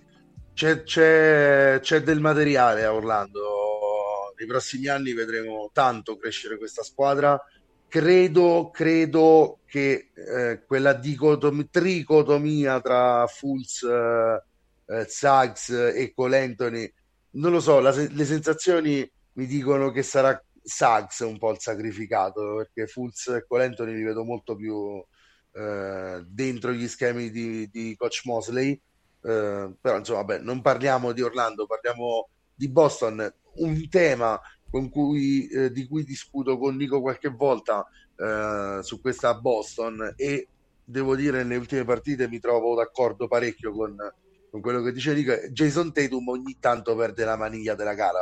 C'è, c'è, c'è del materiale a Orlando. Nei prossimi anni vedremo tanto crescere questa squadra. Credo, credo che eh, quella dicotom- tricotomia tra Fultz, eh, eh, Suggs e Cole Anthony, non lo so, la se- le sensazioni mi dicono che sarà Suggs un po' il sacrificato, perché Fultz e Cole Anthony li vedo molto più eh, dentro gli schemi di, di Coach Mosley. Eh, però insomma, vabbè, non parliamo di Orlando, parliamo di Boston. Un tema con cui, eh, di cui discuto con Nico qualche volta eh, su questa Boston, e devo dire nelle ultime partite mi trovo d'accordo parecchio con, con quello che dice Nico. Jason Tatum ogni tanto perde la maniglia della gara,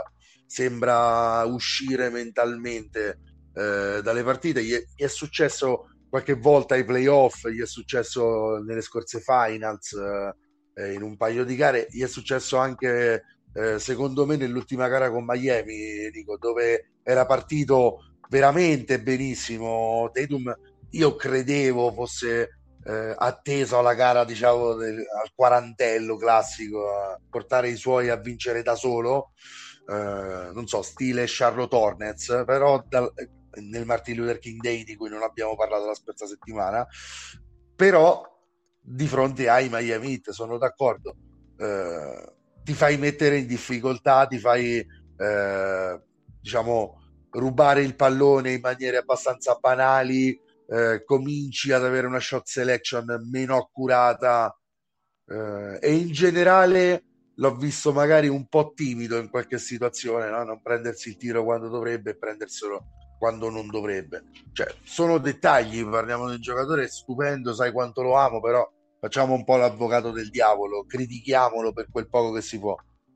sembra uscire mentalmente eh, dalle partite. Gli è, gli è successo qualche volta ai playoff, gli è successo nelle scorse finals, eh, in un paio di gare, gli è successo anche eh, secondo me nell'ultima gara con Miami, Nico, dove era partito veramente benissimo Tatum. Io credevo fosse eh, atteso alla gara, diciamo, del, al quarantello classico, a portare i suoi a vincere da solo, eh, non so, stile Charlotte Hornets, però dal, nel Martin Luther King Day di cui non abbiamo parlato la scorsa settimana, però di fronte ai Miami Heat sono d'accordo, eh, ti fai mettere in difficoltà, ti fai eh, diciamo rubare il pallone in maniere abbastanza banali, eh, cominci ad avere una shot selection meno accurata, eh, e in generale l'ho visto magari un po' timido in qualche situazione, no? Non prendersi il tiro quando dovrebbe e prenderselo quando non dovrebbe. Cioè, sono dettagli, parliamo di un giocatore stupendo, sai quanto lo amo, però facciamo un po' l'avvocato del diavolo, critichiamolo per quel poco che si può.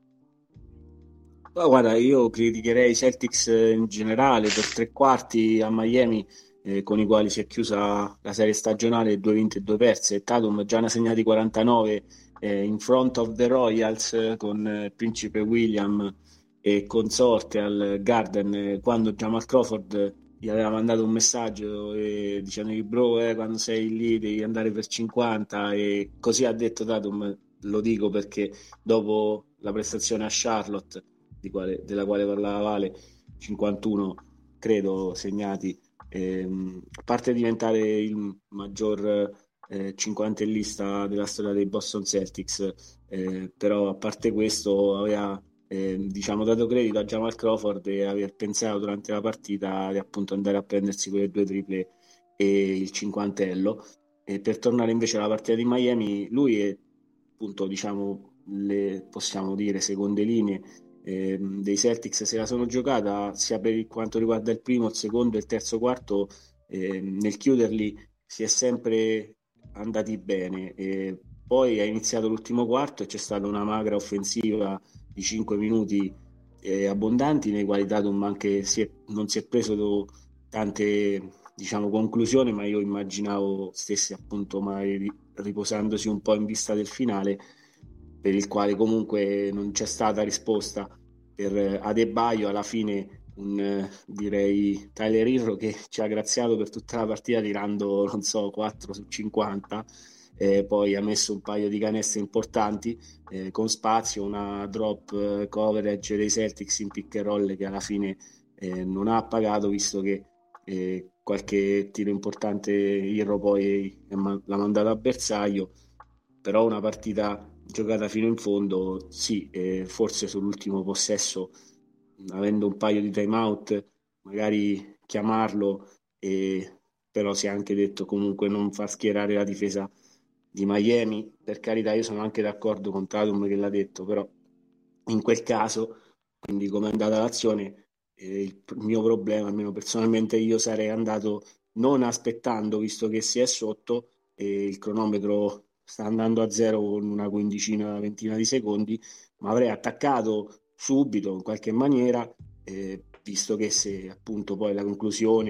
Ma guarda, io criticherei i Celtics in generale per tre quarti a Miami, eh, con i quali si è chiusa la serie stagionale, due vinte e due perse. Tatum già ne ha segnati quarantanove eh, in front of the Royals, eh, con eh, il principe William e consorte al Garden, eh, quando Jamal Crawford gli aveva mandato un messaggio eh, dicendogli bro, eh, quando sei lì devi andare per cinquanta, e così ha detto Tatum. Lo dico perché dopo la prestazione a Charlotte, di quale, della quale parlava Vale, cinquantuno credo segnati, ehm, a parte diventare il maggior eh, cinquantellista della storia dei Boston Celtics, eh, però a parte questo aveva eh, diciamo dato credito a Jamal Crawford e aver pensato durante la partita di appunto andare a prendersi quelle due triple e il cinquantello. E per tornare invece alla partita di Miami, lui è appunto, diciamo, le possiamo dire seconde linee eh, dei Celtics se la sono giocata sia per quanto riguarda il primo, il secondo e il terzo quarto, eh, nel chiuderli si è sempre andati bene. E poi è iniziato l'ultimo quarto e c'è stata una magra offensiva di cinque minuti eh, abbondanti, nei quali Tatum anche si è, non si è preso do, tante, diciamo, conclusioni, ma io immaginavo stesse appunto magari riposandosi un po' in vista del finale, per il quale comunque non c'è stata risposta per Adebayo. Alla fine un eh, direi Tyler Herro che ci ha graziato per tutta la partita tirando non so quattro su cinquanta, eh, poi ha messo un paio di canestri importanti eh, con spazio, una drop eh, coverage dei Celtics in pick and roll che alla fine eh, non ha pagato, visto che eh, qualche tiro importante Herro poi l'ha mandato a bersaglio. Però una partita giocata fino in fondo, sì, eh, forse sull'ultimo possesso, avendo un paio di time out, magari chiamarlo, e, però si è anche detto comunque non far schierare la difesa di Miami. Per carità, io sono anche d'accordo con Tatum che l'ha detto, però in quel caso, quindi come è andata l'azione, eh, il mio problema, almeno personalmente, io sarei andato non aspettando, visto che si è sotto e il cronometro sta andando a zero con una quindicina, ventina di secondi, ma avrei attaccato subito in qualche maniera, eh, visto che se appunto poi la conclusione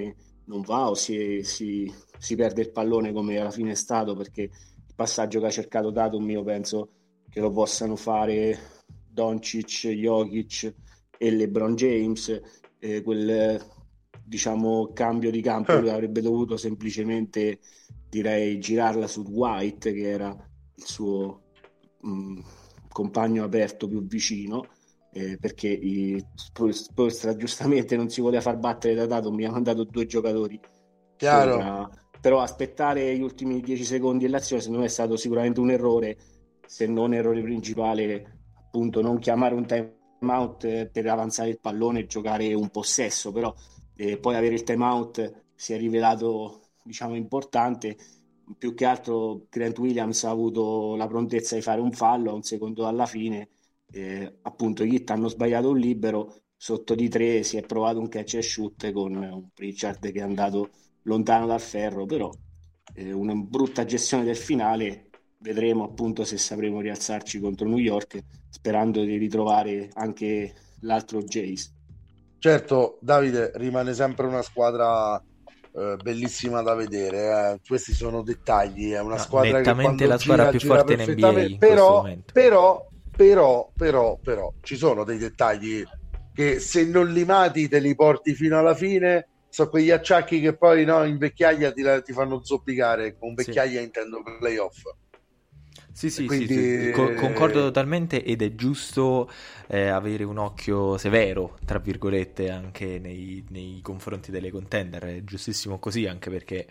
non va o si, si, si perde il pallone come alla fine è stato, perché il passaggio che ha cercato Tatum io penso che lo possano fare Doncic, Jokic e LeBron James. Eh, quel diciamo cambio di campo lui avrebbe dovuto semplicemente, direi, girarla su White, che era il suo mh, compagno aperto più vicino, eh, perché i Spurs giustamente non si voleva far battere da Tatum, mi ha mandato due giocatori Chiaro. sopra, però aspettare gli ultimi dieci secondi dell'azione secondo me è stato sicuramente un errore, se non errore principale, appunto non chiamare un time out per avanzare il pallone e giocare un possesso, però eh, poi avere il time out si è rivelato, diciamo, importante. Più che altro Grant Williams ha avuto la prontezza di fare un fallo a un secondo dalla fine, eh, appunto gli hanno sbagliato un libero, sotto di tre si è provato un catch and shoot con un Pritchard che è andato lontano dal ferro, però eh, una brutta gestione del finale. Vedremo appunto se sapremo rialzarci contro New York, sperando di ritrovare anche l'altro Jays. Certo, Davide, rimane sempre una squadra eh, bellissima da vedere, eh. Questi sono dettagli, è una No, squadra che nettamente quando la squadra gira, più gira forte in N B A perfettamente, in questo però, momento. però, però, però, però, ci sono dei dettagli che se non limati te li porti fino alla fine, sono quegli acciacchi che poi no, in vecchiaia ti, ti fanno zoppicare, con vecchiaia sì. Intendo playoff. Sì, sì, quindi... sì, sì. Co- concordo totalmente, ed è giusto eh, avere un occhio severo, tra virgolette, anche nei, nei confronti delle contender, è giustissimo così, anche perché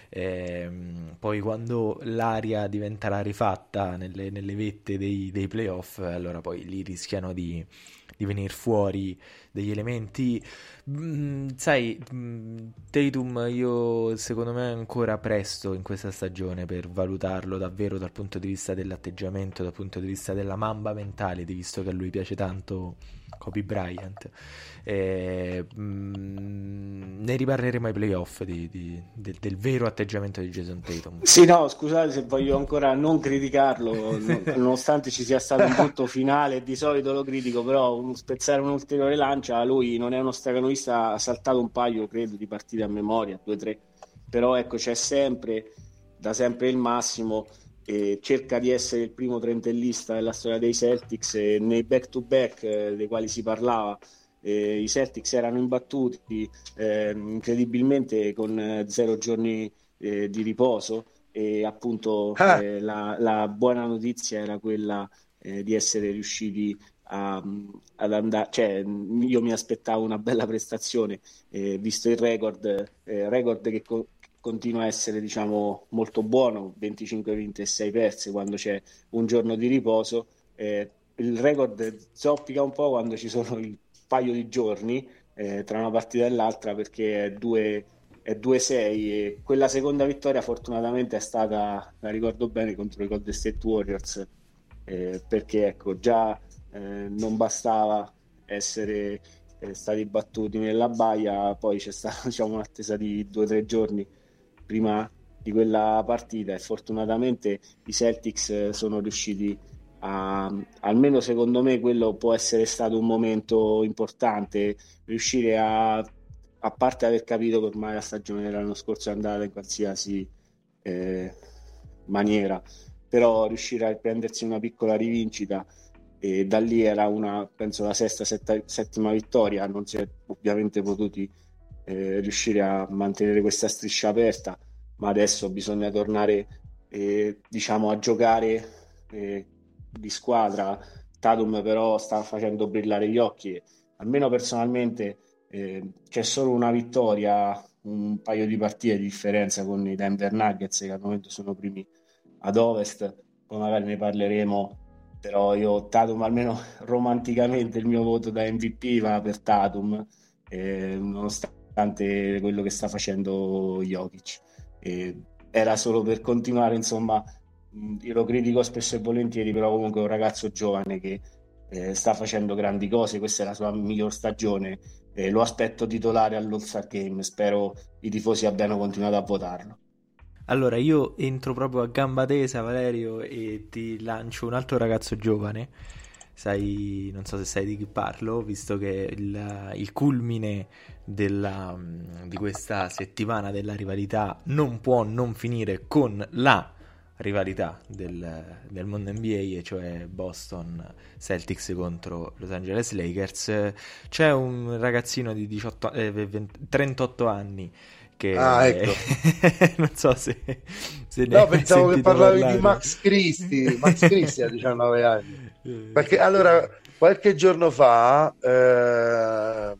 ehm, poi quando l'aria diventa rarefatta nelle, nelle vette dei, dei playoff, allora poi lì rischiano di, di venire fuori degli elementi. Mm, sai, mm, Tatum io secondo me è ancora presto in questa stagione per valutarlo davvero dal punto di vista dell'atteggiamento, dal punto di vista della mamba mentality, visto che a lui piace tanto Kobe Bryant. E, mm, ne riparleremo ai playoff di, di, del, del vero atteggiamento di Jason Tatum. Sì, no, scusate se voglio ancora non criticarlo, no, nonostante ci sia stato un brutto finale, di solito lo critico, però un, spezzare un'ulteriore lancia, lui non è uno staccanovista, ha saltato un paio, credo, di partite a memoria, due o tre, però ecco, c'è sempre, da sempre il massimo, e cerca di essere il primo trentellista della storia dei Celtics, e nei back-to-back eh, dei quali si parlava, eh, i Celtics erano imbattuti eh, incredibilmente con eh, zero giorni eh, di riposo, e appunto ah. eh, la, la buona notizia era quella eh, di essere riusciti a, ad andare, cioè io mi aspettavo una bella prestazione, eh, visto il record, eh, record che co- continua a essere, diciamo, molto buono, venticinque vinte e sei perse quando c'è un giorno di riposo. Eh, il record zoppica un po' quando ci sono il paio di giorni eh, tra una partita e l'altra, perché è due è due sei, e quella seconda vittoria fortunatamente è stata, la ricordo bene, contro i Golden State Warriors, eh, perché ecco già eh, non bastava essere eh, stati battuti nella baia, poi c'è stata, diciamo, un'attesa di due o tre giorni prima di quella partita, e fortunatamente i Celtics sono riusciti a, almeno secondo me quello può essere stato un momento importante, riuscire a, a parte aver capito che ormai la stagione dell'anno scorso è andata in qualsiasi eh, maniera, però riuscire a prendersi una piccola rivincita, e da lì era una, penso, la sesta, setta, settima vittoria, non si è ovviamente potuti Eh, riuscire a mantenere questa striscia aperta, ma adesso bisogna tornare eh, diciamo a giocare eh, di squadra. Tatum però sta facendo brillare gli occhi, e, almeno personalmente eh, c'è solo una vittoria, un paio di partite di differenza con i Denver Nuggets, che al momento sono primi ad Ovest, poi magari ne parleremo, però io Tatum, almeno romanticamente il mio voto da M V P va per Tatum, eh, nonostante quello che sta facendo Jokic. Eh, era solo per continuare, insomma, io lo critico spesso e volentieri, però comunque è un ragazzo giovane che eh, sta facendo grandi cose, questa è la sua miglior stagione, eh, lo aspetto titolare all'All-Star Game, spero i tifosi abbiano continuato a votarlo. Allora io entro proprio a gamba tesa, Valerio, e ti lancio un altro ragazzo giovane. sai, non so se sai di chi parlo, visto che il, il culmine della, di questa settimana della rivalità non può non finire con la rivalità del, del mondo N B A, e cioè Boston Celtics contro Los Angeles Lakers. C'è un ragazzino di diciotto, eh, venti, trentotto anni che ah, ecco. non so se, se no, pensavo che parlavi parlare. di Max Christie. Max Christie ha diciannove anni, perché allora qualche giorno fa eh,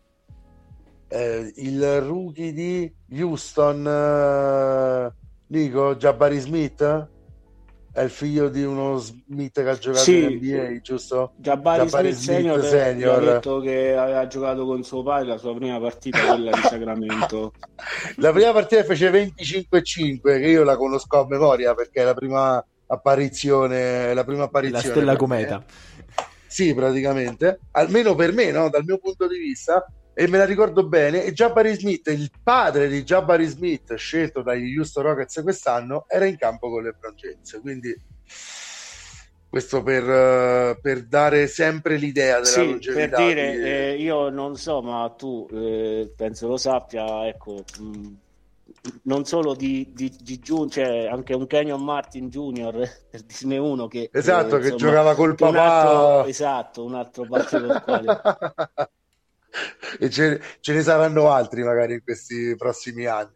eh, il rookie di Houston, eh, Nico, Jabari Smith è il figlio di uno Smith che ha giocato sì, in N B A, giusto? Jabari, Jabari Smith, Smith senior, senior. Ha detto che aveva giocato con suo padre la sua prima partita, quella di Sacramento. La prima partita fece venticinque cinque, che io la conosco a memoria perché è la prima apparizione, la prima apparizione. La stella cometa. Me. Sì, praticamente, almeno per me, no? Dal mio punto di vista, e me la ricordo bene. E Jabari Smith, il padre di Jabari Smith, scelto dagli Houston Rockets quest'anno, era in campo con LeBron James, quindi questo per, per dare sempre l'idea della sì, longevità. Per dire, di... eh, io non so, ma tu eh, penso lo sappia, ecco, mh, non solo di, di, di Jun, cioè anche un Kenyon Martin Junior per dirne uno che esatto, eh, che insomma, giocava col che papà, un altro, esatto, un altro partito del quale e ce, ce ne saranno altri magari in questi prossimi anni.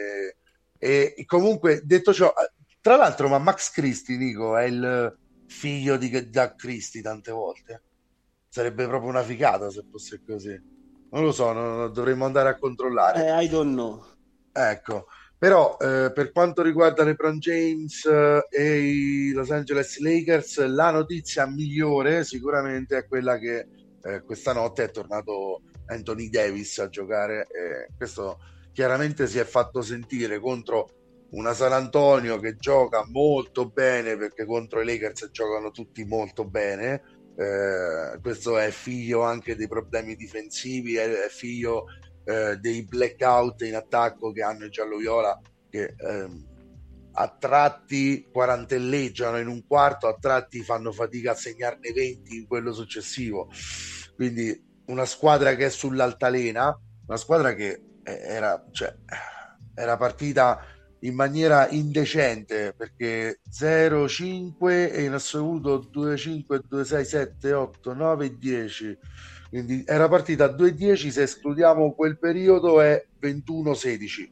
E, e comunque, detto ciò, tra l'altro, ma Max Christie, Nico, è il figlio di Doug Christie tante volte. Sarebbe proprio una figata se fosse così. Non lo so, non, dovremmo andare a controllare. Eh, I don't know. Ecco, però eh, per quanto riguarda LeBron James eh, e i Los Angeles Lakers, la notizia migliore sicuramente è quella che eh, questa notte è tornato Anthony Davis a giocare, e questo chiaramente si è fatto sentire contro una San Antonio che gioca molto bene, perché contro i Lakers giocano tutti molto bene. Eh, questo è figlio anche dei problemi difensivi, è, è figlio eh, dei blackout in attacco che hanno i giallo-viola, che ehm, a tratti quarantelleggiano in un quarto, a tratti fanno fatica a segnarne venti in quello successivo. Quindi una squadra che è sull'altalena, una squadra che era, cioè, era partita in maniera indecente, perché zero cinque e in assoluto due cinque, due sei, sette, otto, nove, dieci, quindi era partita a due dieci, se escludiamo quel periodo è ventuno sedici.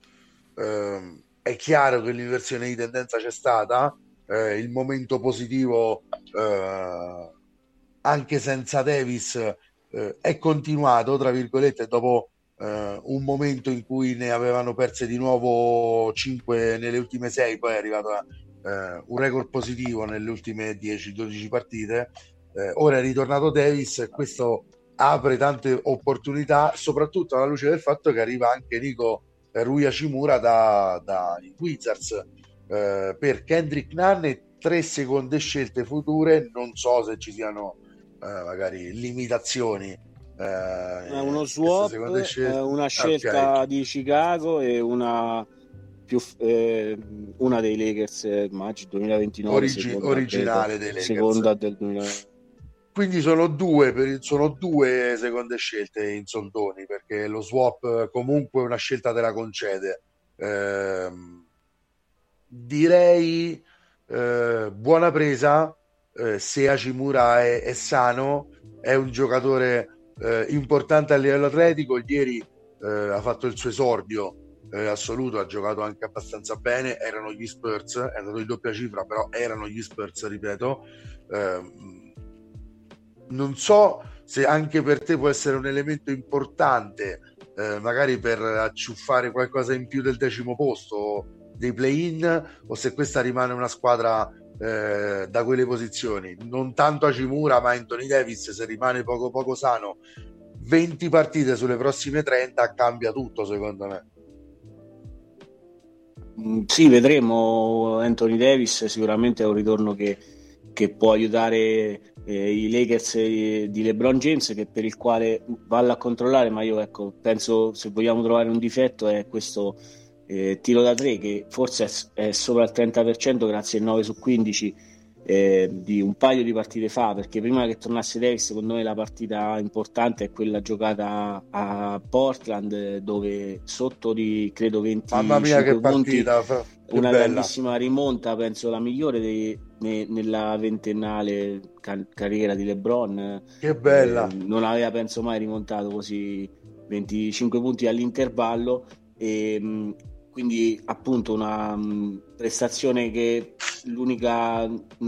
Eh, è chiaro che l'inversione di tendenza c'è stata, eh, il momento positivo eh, anche senza Davis eh, è continuato, tra virgolette, dopo Uh, un momento in cui ne avevano perse di nuovo cinque nelle ultime sei, poi è arrivato a, uh, un record positivo nelle ultime dieci dodici partite. Uh, ora è ritornato Davis e questo apre tante opportunità, soprattutto alla luce del fatto che arriva anche Nico Rui Hachimura da, da Wizards uh, per Kendrick Nunn e tre seconde scelte future. Non so se ci siano magari limitazioni. Eh, uno swap, eh, una scelta okay. di Chicago e una più eh, una dei Lakers, immagino duemilaventinove, Origi- originale dei Lakers, seconda del duemilaventinove. Quindi sono due per, sono due seconde scelte in soldoni, perché lo swap comunque una scelta te la concede. Eh, direi eh, buona presa eh, se Hachimura è, è sano, è un giocatore Eh, importante a livello atletico. Ieri eh, ha fatto il suo esordio eh, assoluto, ha giocato anche abbastanza bene. Erano gli Spurs, è andato in doppia cifra, però erano gli Spurs, ripeto. Eh, non so se anche per te può essere un elemento importante, eh, magari per acciuffare qualcosa in più del decimo posto dei play-in, o se questa rimane una squadra Eh, da quelle posizioni. Non tanto Hachimura, ma Anthony Davis, se rimane poco poco sano, venti partite sulle prossime trenta, cambia tutto secondo me. Sì, vedremo. Anthony Davis sicuramente è un ritorno che, che può aiutare eh, i Lakers eh, di LeBron James, che per il quale valla a controllare, ma io ecco penso, se vogliamo trovare un difetto, è questo Eh, tiro da tre che forse è, è sopra il trenta per cento grazie al nove su quindici eh, di un paio di partite fa, perché prima che tornasse Davis, secondo me la partita importante è quella giocata a Portland, dove sotto di credo Mamma mia che venticinque punti, partita, fra- che una bella. grandissima rimonta, penso la migliore dei- ne- nella ventennale ca- carriera di LeBron. Che bella. Eh, non aveva penso mai rimontato così venticinque punti all'intervallo, e mh, quindi appunto una mh, prestazione che l'unica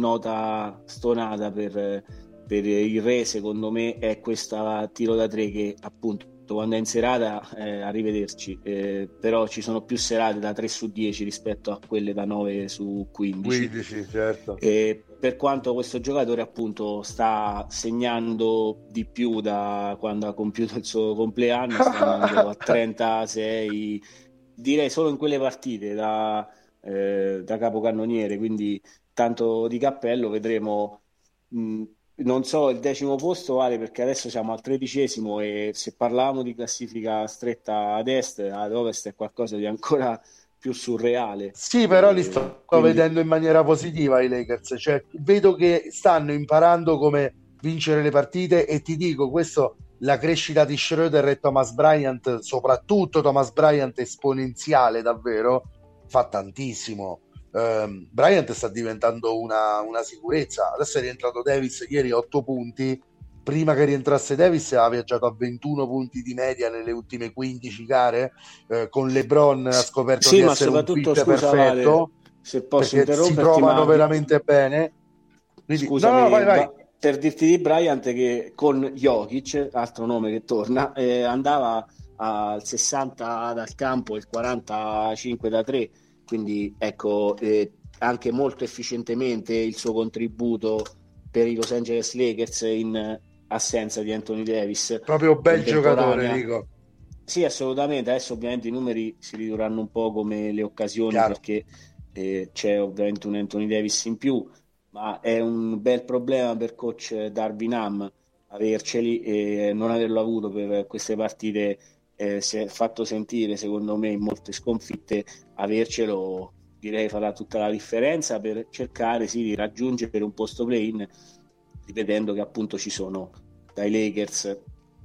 nota stonata per, per il Re secondo me è questa tiro da tre che appunto quando è in serata eh, arrivederci, eh, però ci sono più serate da tre su dieci rispetto a quelle da nove su quindici. quindici, certo. E per quanto questo giocatore appunto sta segnando di più da quando ha compiuto il suo compleanno, sta andando a trentasei, direi solo in quelle partite da, eh, da capocannoniere, quindi tanto di cappello. Vedremo. Mh, non so il decimo posto, vale, perché adesso siamo al tredicesimo e se parlavamo di classifica stretta ad est, ad ovest è qualcosa di ancora più surreale. Sì, però li Eh, sto quindi vedendo in maniera positiva i Lakers, cioè vedo che stanno imparando come vincere le partite e ti dico questo, la crescita di Schroeder e Thomas Bryant, soprattutto Thomas Bryant esponenziale davvero, fa tantissimo. Um, Bryant sta diventando una, una sicurezza, adesso è rientrato Davis ieri otto punti, prima che rientrasse Davis aveva viaggiato a ventuno punti di media nelle ultime quindici gare, eh, con LeBron ha scoperto sì, di ma essere un soprattutto fit scusa perfetto, Vale, se posso perché si interromperti, trovano ma veramente bene. Quindi, no, no, scusami, vai, vai. va- per dirti di Bryant che con Jokic, altro nome che torna, eh, andava al sessanta dal campo e il quarantacinque da tre, quindi ecco, eh, anche molto efficientemente il suo contributo per i Los Angeles Lakers in assenza di Anthony Davis. Proprio bel giocatore, Contemporanea. Nico. Sì, assolutamente. Adesso ovviamente i numeri si ridurranno un po' come le occasioni, Chiaro. perché eh, c'è ovviamente un Anthony Davis in più, ma è un bel problema per coach Darvin Ham averceli, e non averlo avuto per queste partite eh, si è fatto sentire secondo me in molte sconfitte. Avercelo direi farà tutta la differenza per cercare sì di raggiungere un posto play-in, ripetendo che appunto ci sono dai Lakers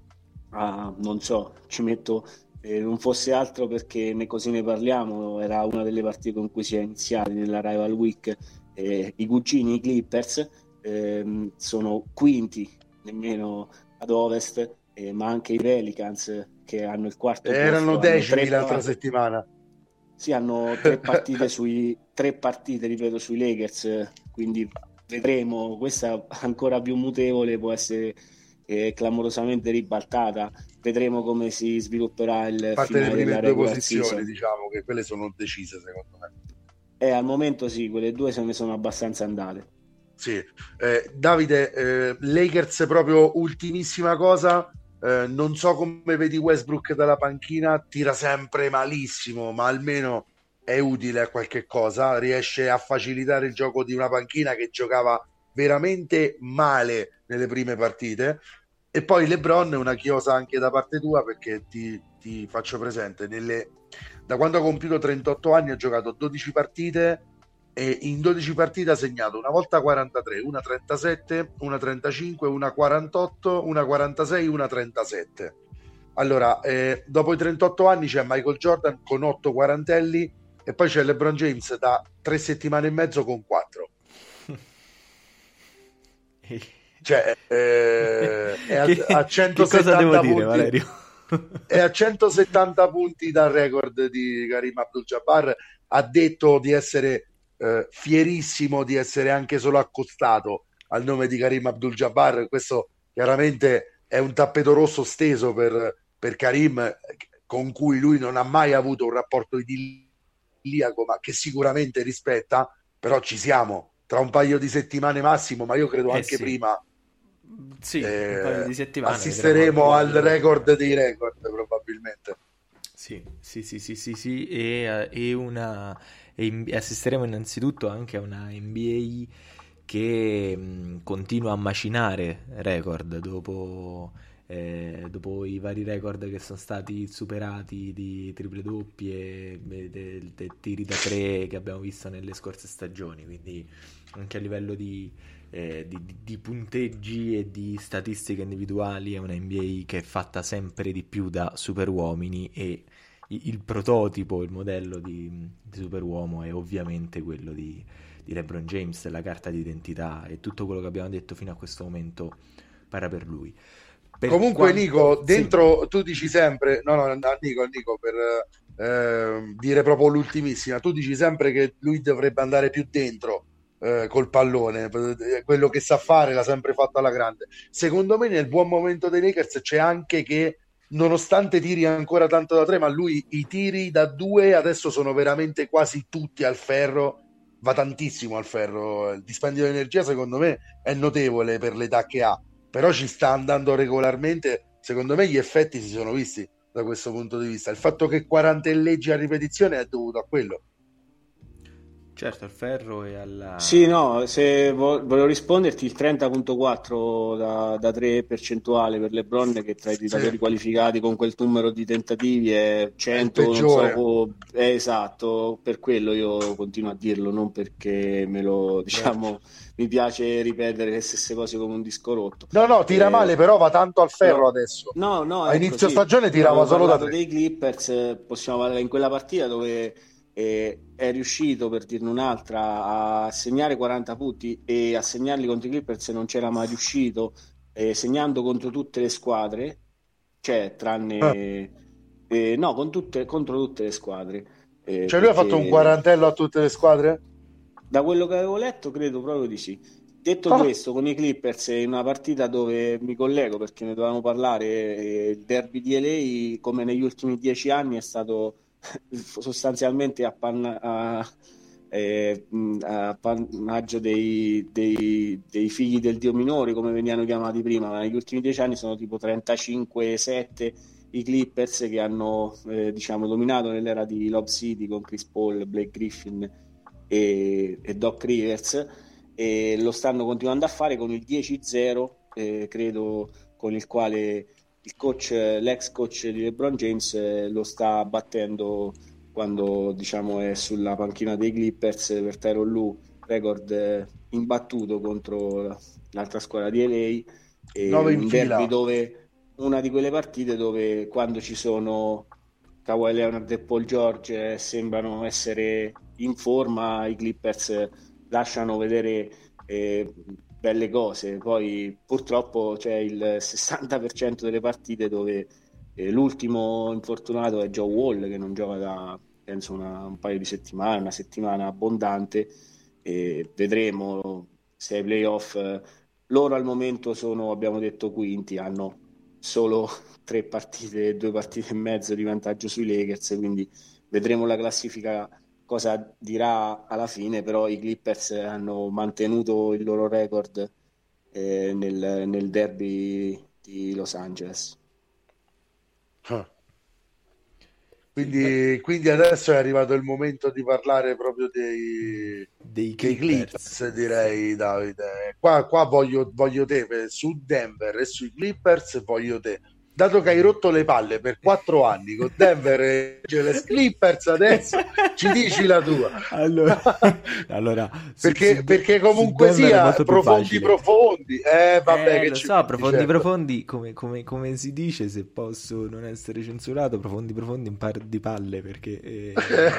a, non so, ci metto eh, non fosse altro perché ne, così ne parliamo, era una delle partite con cui si è iniziati nella Rival Week, eh, i cugini i Clippers ehm, sono quinti nemmeno ad ovest, eh, ma anche i Pelicans che hanno il quarto Erano posto, hanno decimi tre l'altra pa- settimana. sì, hanno tre partite sui tre partite, ripeto, sui Lakers, eh, quindi vedremo. Questa ancora più mutevole può essere eh, clamorosamente ribaltata. Vedremo come si svilupperà il A parte le finale prime della due regular posizioni, season. diciamo che quelle sono decise secondo me. E al momento sì, quelle due se ne sono abbastanza andate. Sì, eh, Davide, eh, Lakers proprio ultimissima cosa, eh, non so come vedi Westbrook dalla panchina, tira sempre malissimo, ma almeno è utile a qualche cosa, riesce a facilitare il gioco di una panchina che giocava veramente male nelle prime partite. E poi LeBron è una chiosa anche da parte tua, perché ti, ti faccio presente, nelle, da quando ha compiuto trentotto anni ha giocato dodici partite e in dodici partite ha segnato una volta quarantatré, una trentasette, una trentacinque, una quarantotto, una quarantasei, una trentasette. Allora, eh, dopo i trentotto anni c'è Michael Jordan con otto quarantelli e poi c'è LeBron James da tre settimane e mezzo con quattro. Cioè, eh, è a, che, a centosettanta che cosa devo punti, dire, Valerio? è a centosettanta punti dal record di Karim Abdul-Jabbar. Ha detto di essere eh, fierissimo di essere anche solo accostato al nome di Karim Abdul-Jabbar. Questo chiaramente è un tappeto rosso steso per, per Karim, con cui lui non ha mai avuto un rapporto idilliaco, ma che sicuramente rispetta. Però ci siamo tra un paio di settimane massimo, ma io credo Eh anche sì. prima. Sì, Eh, un paio di settimane assisteremo vedremo- al record dei record probabilmente. Sì, sì, sì, sì, sì, sì, e, e una, e in- assisteremo innanzitutto anche a una N B A che mh, continua a macinare record dopo eh, dopo i vari record che sono stati superati di triple doppie, dei tiri da tre che abbiamo visto nelle scorse stagioni, quindi anche a livello di, eh, di, di punteggi e di statistiche individuali è una N B A che è fatta sempre di più da superuomini, e il, il prototipo, il modello di, di superuomo è ovviamente quello di, di LeBron James, la carta d'identità, e tutto quello che abbiamo detto fino a questo momento parla per lui. Per Comunque quanto... Nico, dentro sì. tu dici sempre, no no, a Nico, a Nico per eh, dire proprio l'ultimissima, tu dici sempre che lui dovrebbe andare più dentro eh, col pallone, quello che sa fare l'ha sempre fatto alla grande. Secondo me nel buon momento dei Lakers c'è anche che, nonostante tiri ancora tanto da tre, ma lui i tiri da due adesso sono veramente quasi tutti al ferro, va tantissimo al ferro, il dispendio di energia secondo me è notevole per l'età che ha, però ci sta andando regolarmente. Secondo me gli effetti si sono visti da questo punto di vista. Il fatto che quarantelleggi a ripetizione è dovuto a quello. Certo, al ferro e alla... Sì, no, se vo- volevo risponderti, il trenta virgola quattro da, da tre percentuale per LeBron, che tra i tiratori Sì, qualificati con quel numero di tentativi è è il cento, non so, peggiore. co- è esatto, per quello io continuo a dirlo, non perché me lo, Certo. diciamo, mi piace ripetere le stesse cose come un disco rotto. No, no, tira Eh, male, però va tanto al ferro lo- adesso. No, no, A ecco, inizio sì, stagione io tirava avevo solo da parlato tre. dei Clippers, eh, possiamo parlare in quella partita dove eh, è riuscito, per dirne un'altra, a segnare quaranta punti, e a segnarli contro i Clippers non c'era mai riuscito, eh, segnando contro tutte le squadre, cioè Ah. tranne... eh, no, con tutte, contro tutte le squadre, eh, Cioè lui ha fatto un perché quarantello a tutte le squadre? da quello che avevo letto credo proprio di sì. Detto Ah. questo, con i Clippers, in una partita dove mi collego perché ne dovevamo parlare, eh, il derby di L A, come negli ultimi dieci anni, è stato sostanzialmente appanna- a, eh, mh, appannaggio dei, dei- dei figli del dio minore, come venivano chiamati prima, ma negli ultimi dieci anni sono tipo trentacinque sette i Clippers, che hanno eh, diciamo dominato nell'era di Lob City con Chris Paul, Blake Griffin e, e Doc Rivers, e lo stanno continuando a fare con il dieci zero, eh, credo, con il quale il coach, l'ex coach di LeBron James, eh, lo sta battendo quando, diciamo, è sulla panchina dei Clippers per Tyronn Lue, record eh, imbattuto contro l'altra squadra di L A, e nove in un derby fila. dove, una di quelle partite dove, quando ci sono Kawhi Leonard e Paul George, eh, sembrano essere in forma, i Clippers eh, lasciano vedere eh, belle cose. Poi purtroppo c'è il sessanta per cento delle partite dove eh, l'ultimo infortunato è Joe Wall, che non gioca da penso una, un paio di settimane, una settimana abbondante, e vedremo se ai playoff, eh, loro al momento sono, abbiamo detto, quinti, hanno solo tre partite, due partite e mezzo di vantaggio sui Lakers, quindi vedremo la classifica cosa dirà alla fine, però i Clippers hanno mantenuto il loro record eh, nel, nel derby di Los Angeles. Ah. Sì, beh, Quindi, quindi adesso è arrivato il momento di parlare proprio dei, dei dei Clippers, Clippers, sì. direi, Davide. Qua, qua voglio, voglio te, per- su Denver e sui Clippers voglio te. Dato che hai rotto le palle per quattro anni con Denver e Angeles Clippers, adesso ci dici la tua. Allora, allora su, Perché, su De- perché su comunque Denver è sia molto più profondi facile. profondi. Eh, vabbè, Eh, che lo ci so, metti, profondi certo. profondi, come, come- come si dice, se posso non essere censurato, profondi profondi un par di palle, perché... eh,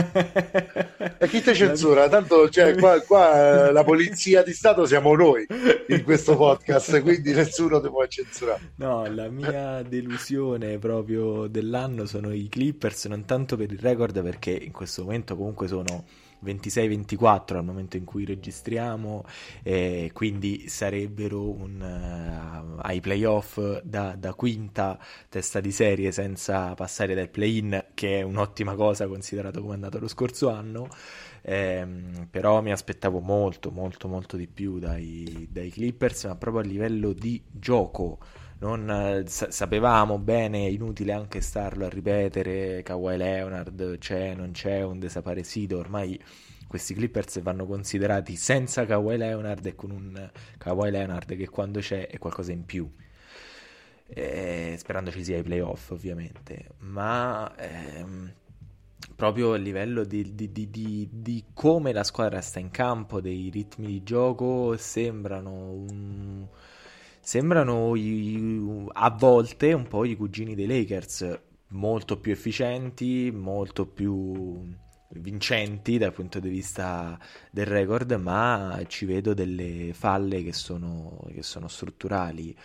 E chi te la mia- censura? Tanto, la cioè, mia- qua, qua eh, la polizia di Stato siamo noi in questo podcast, quindi nessuno ti può censurare. No, la mia delusione proprio dell'anno sono i Clippers, non tanto per il record, perché in questo momento comunque sono ventisei ventiquattro al momento in cui registriamo, e quindi sarebbero un, eh, ai playoff da, da quinta testa di serie senza passare dal play-in, che è un'ottima cosa considerato come è andato lo scorso anno. Ehm, però mi aspettavo molto molto molto di più dai, dai Clippers, ma proprio a livello di gioco. Non, eh, sa- sapevamo bene, è inutile anche starlo a ripetere, Kawhi Leonard c'è, non c'è, un desaparecido, ormai questi Clippers vanno considerati senza Kawhi Leonard e con un Kawhi Leonard che quando c'è è qualcosa in più. eh, sperando ci sia i playoff ovviamente, ma ehm, proprio a livello di, di- di- di- di come la squadra sta in campo, dei ritmi di gioco, sembrano un- sembrano i- a volte un po' i cugini dei Lakers, molto più efficienti, molto più vincenti dal punto di vista del record, ma ci vedo delle falle che sono, che sono strutturali.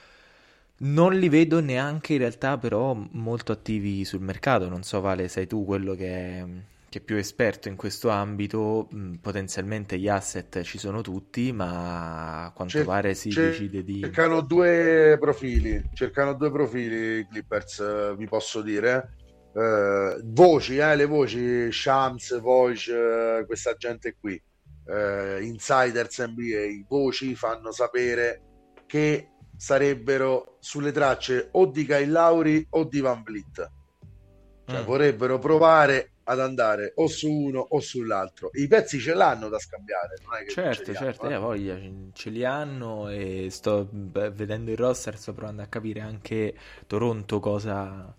Non li vedo neanche in realtà però molto attivi sul mercato. Non so, Vale, sei tu quello che è, che è più esperto in questo ambito. Mh, Potenzialmente gli asset ci sono tutti, ma a quanto Cer- pare si decide di... cercano due profili, cercano due profili i Clippers, eh, vi posso dire. Eh, voci, eh, le voci, Shams, Voice, eh, questa gente qui, eh, insiders N B A, voci fanno sapere che sarebbero sulle tracce o di Kyle Lowry o di Van Vliet. Cioè Mm. vorrebbero provare ad andare o su uno o sull'altro. I pezzi ce l'hanno da scambiare, non è che non ce Certo, li certo, hanno, io eh. voglia, ce li hanno e sto beh, vedendo il roster, sto provando a capire anche Toronto cosa,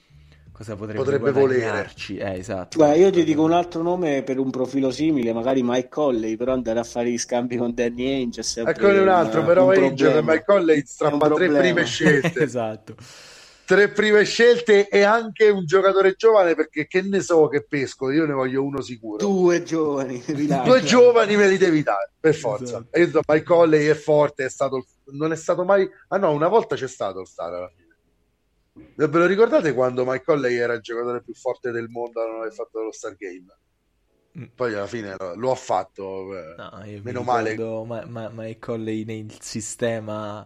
cosa potrebbe Potrebbe volere. guadagnarci. Eh, Guarda, esatto. io ti dico un altro nome per un profilo simile, magari Mike Conley, però andare a fare gli scambi con Danny Ainge è Eccone sempre un un, altro, però un Ainge per problema. Mike Conley È un strappa tre prime problema. scelte. Esatto. Tre prime scelte e anche un giocatore giovane, perché che ne so che pesco, io ne voglio uno sicuro. Due giovani, Due rilascia. giovani me li devi dare, per forza. Esatto. E io dico, Mike Conley è forte, è stato, non è stato mai... Ah no, una volta c'è stato il star alla fine. Ve lo ricordate quando Mike Conley era il giocatore più forte del mondo e non aveva fatto lo Star Game? Mm. Poi alla fine lo, lo ha fatto, eh, No, io mi meno male. ricordo ma, ma, Mike Conley nel sistema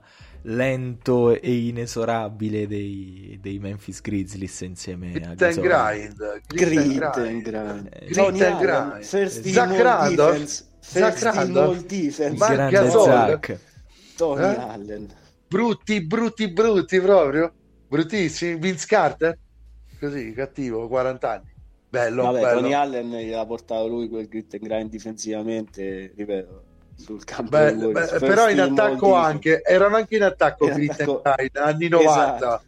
lento e inesorabile dei, dei Memphis Grizzlies insieme a Grit and Gasol. grind, Grit grit and and grind. grind. Eh, Grit Tony and Allen, grind. first team Zach all Randolph, defense. Zach First team all Randolph, Il defense. Marc grande Gasol, Zach. Tony eh? Allen. brutti, brutti, brutti proprio, bruttissimi. Vince Carter, così cattivo, quaranta anni. Bello, Vabbè, bello. Tony Allen gliel'ha portato lui quel grit and grind difensivamente, ripeto, sul campo Beh, dei Warriors. beh, First però in team all attacco defense. anche, erano anche in attacco In Grit attacco- and Grind, anni novanta, Esatto.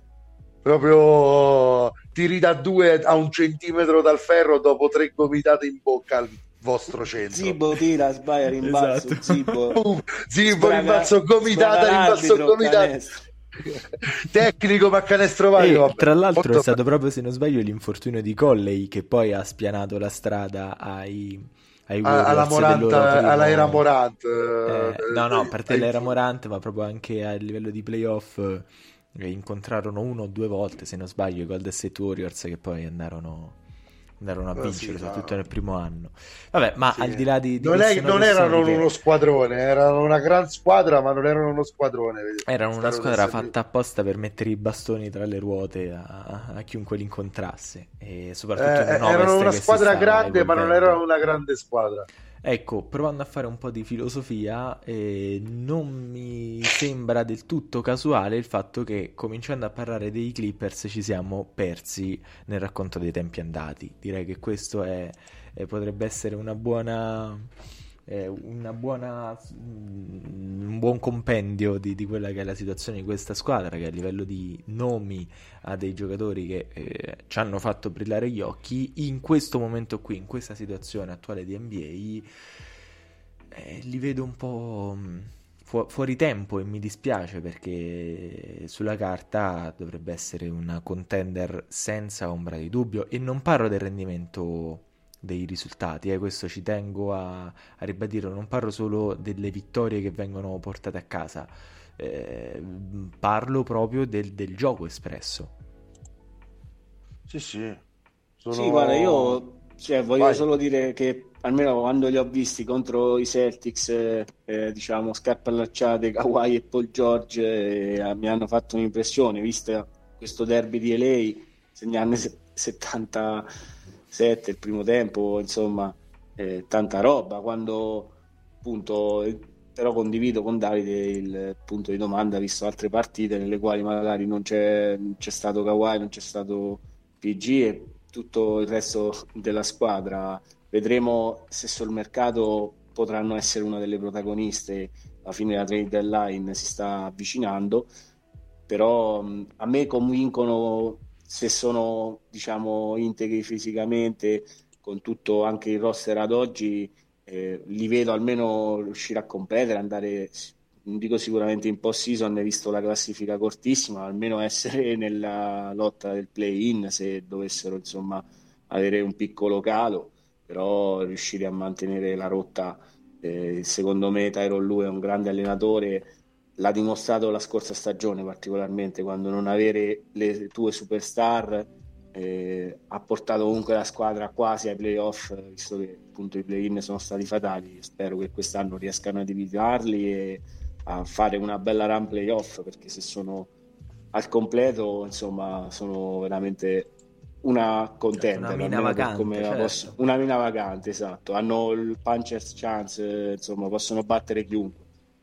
proprio tiri da due a un centimetro dal ferro dopo tre gomitate in bocca al vostro centro. Zibo tira, sbaglia, rimbalzo, Esatto. Zibo. Boom, Zibo, Sbraga- rimbalzo, gomitata, sbraga rimbalzo, l'arbitro, gomitata. canestro. Tecnico ma canestro E vario, vabbè. tra l'altro è Molto stato proprio, se non sbaglio, l'infortunio di Colley che poi ha spianato la strada ai, ai a- alla Warriors del loro Morant, primo... alla era Morant, Eh, eh, no, no, a eh, parte ai- l'era Morant, ma proprio anche a livello di playoff eh, incontrarono uno o due volte, se non sbaglio, i Golden State Warriors che poi andarono, andarono a Eh, vincere, sì, soprattutto ma- nel primo anno. Vabbè, ma sì. al di là di, di non, è- queste non note erano storiche, uno squadrone, erano una gran squadra, ma non erano uno squadrone. erano una Sta squadra roba fatta apposta per mettere i bastoni tra le ruote a, a chiunque li incontrasse, e soprattutto Eh, in un erano Ovest una che si squadra stava grande, ma non evolvendo. erano una grande squadra. Ecco, provando a fare un po' di filosofia, eh, non mi sembra del tutto casuale il fatto che, cominciando a parlare dei Clippers, ci siamo persi nel racconto dei tempi andati. Direi che questo è, eh, potrebbe essere una buona, eh, una buona, mm, un buon compendio di, di quella che è la situazione di questa squadra, che a livello di nomi ha dei giocatori che eh, ci hanno fatto brillare gli occhi. In questo momento qui, in questa situazione attuale di N B A, eh, li vedo un po' mh, fu- fuori tempo, e mi dispiace perché sulla carta dovrebbe essere una contender senza ombra di dubbio, e non parlo del rendimento dei risultati, eh, questo ci tengo a, a ribadire, non parlo solo delle vittorie che vengono portate a casa, eh, parlo proprio del, del gioco espresso. Sì, sì. Sono... Sì, guarda, io cioè, voglio Vai. solo dire che almeno quando li ho visti contro i Celtics, eh, eh, diciamo, scarpe allacciate, Kawhi e Paul George, eh, mi hanno fatto un'impressione, vista questo derby di L A, segna anni se- settantasette, il primo tempo, insomma, eh, tanta roba. Quando appunto, eh, però condivido con Davide il punto di domanda, visto altre partite nelle quali magari non c'è, non c'è stato Kawhi, non c'è stato P G e tutto il resto della squadra. Vedremo se sul mercato potranno essere una delle protagoniste. La fine della trade deadline si sta avvicinando, però mh, a me convincono, se sono, diciamo, integri fisicamente, con tutto anche il roster ad oggi, eh, li vedo almeno riuscire a competere, andare, non dico sicuramente in post-season, visto la classifica cortissima, almeno essere nella lotta del play-in, se dovessero insomma avere un piccolo calo, però riuscire a mantenere la rotta. Eh, secondo me Tyronn Lue è un grande allenatore, l'ha dimostrato la scorsa stagione, particolarmente quando non avere le tue superstar, eh, ha portato comunque la squadra quasi ai playoff, visto che appunto i play-in sono stati fatali. Spero che quest'anno riescano a dividerli e a fare una bella run playoff, perché se sono al completo, insomma, sono veramente una contender, una mina almeno per vacante, come la certo. posso, una mina vacante, esatto. Hanno il puncher's chance, eh, insomma, possono battere chiunque.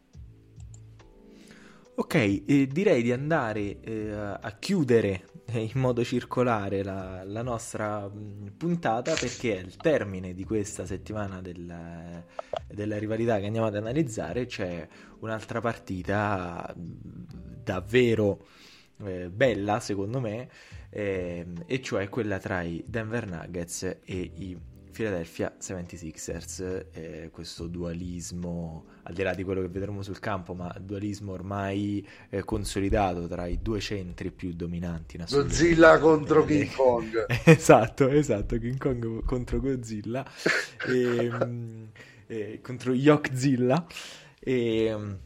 Ok, eh, direi di andare eh, a chiudere eh, in modo circolare la, la nostra mh, puntata, perché al termine di questa settimana del- della rivalità che andiamo ad analizzare c'è un'altra partita mh, davvero eh, bella secondo me, ehm, e cioè quella tra i Denver Nuggets e i Philadelphia settantasei ers, eh, questo dualismo, al di là di quello che vedremo sul campo, ma dualismo ormai eh, consolidato tra i due centri più dominanti in assoluto. Godzilla contro Eh, King Kong. Esatto, esatto, King Kong contro Godzilla, e, mm, eh, contro Yokzilla, e, mm,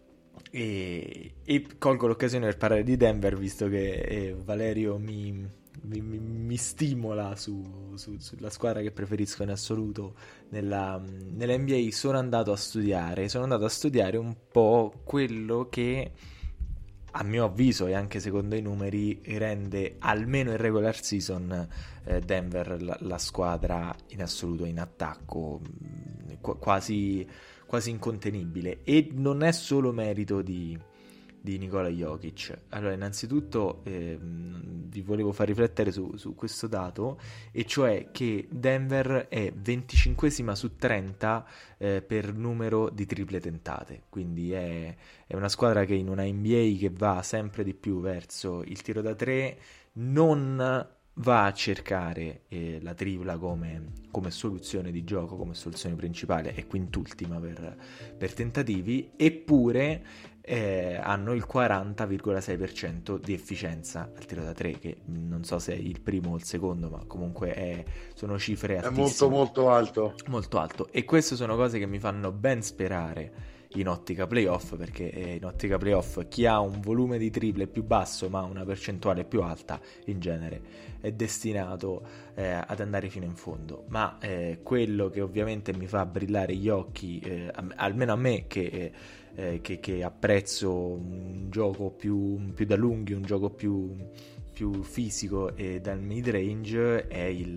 e, e colgo l'occasione per parlare di Denver, visto che eh, Valerio mi... Mi, mi, mi stimola su, su, sulla squadra che preferisco in assoluto nella, nella N B A. Sono andato a studiare sono andato a studiare un po' quello che a mio avviso e anche secondo i numeri rende almeno in regular season eh, Denver la, la squadra in assoluto in attacco, mh, qu- quasi, quasi incontenibile, e non è solo merito di di Nikola Jokic. Allora, innanzitutto ehm, vi volevo far riflettere su, su questo dato, e cioè che Denver è venticinquesima su trenta eh, per numero di triple tentate, quindi è, è una squadra che in una N B A che va sempre di più verso il tiro da tre non va a cercare eh, la tripla come, come soluzione di gioco, come soluzione principale, e quintultima per, per tentativi, eppure eh, hanno il quaranta virgola sei per cento di efficienza al tiro da tre, che non so se è il primo o il secondo, ma comunque è, sono cifre È altissime. molto molto alto. Molto alto, e queste sono cose che mi fanno ben sperare in ottica playoff, perché eh, in ottica playoff chi ha un volume di triple più basso ma una percentuale più alta in genere è destinato eh, ad andare fino in fondo. Ma eh, quello che ovviamente mi fa brillare gli occhi, eh, almeno a me che, eh, che, che apprezzo un gioco più, più da lunghi, un gioco più, più fisico e dal mid range, è, il,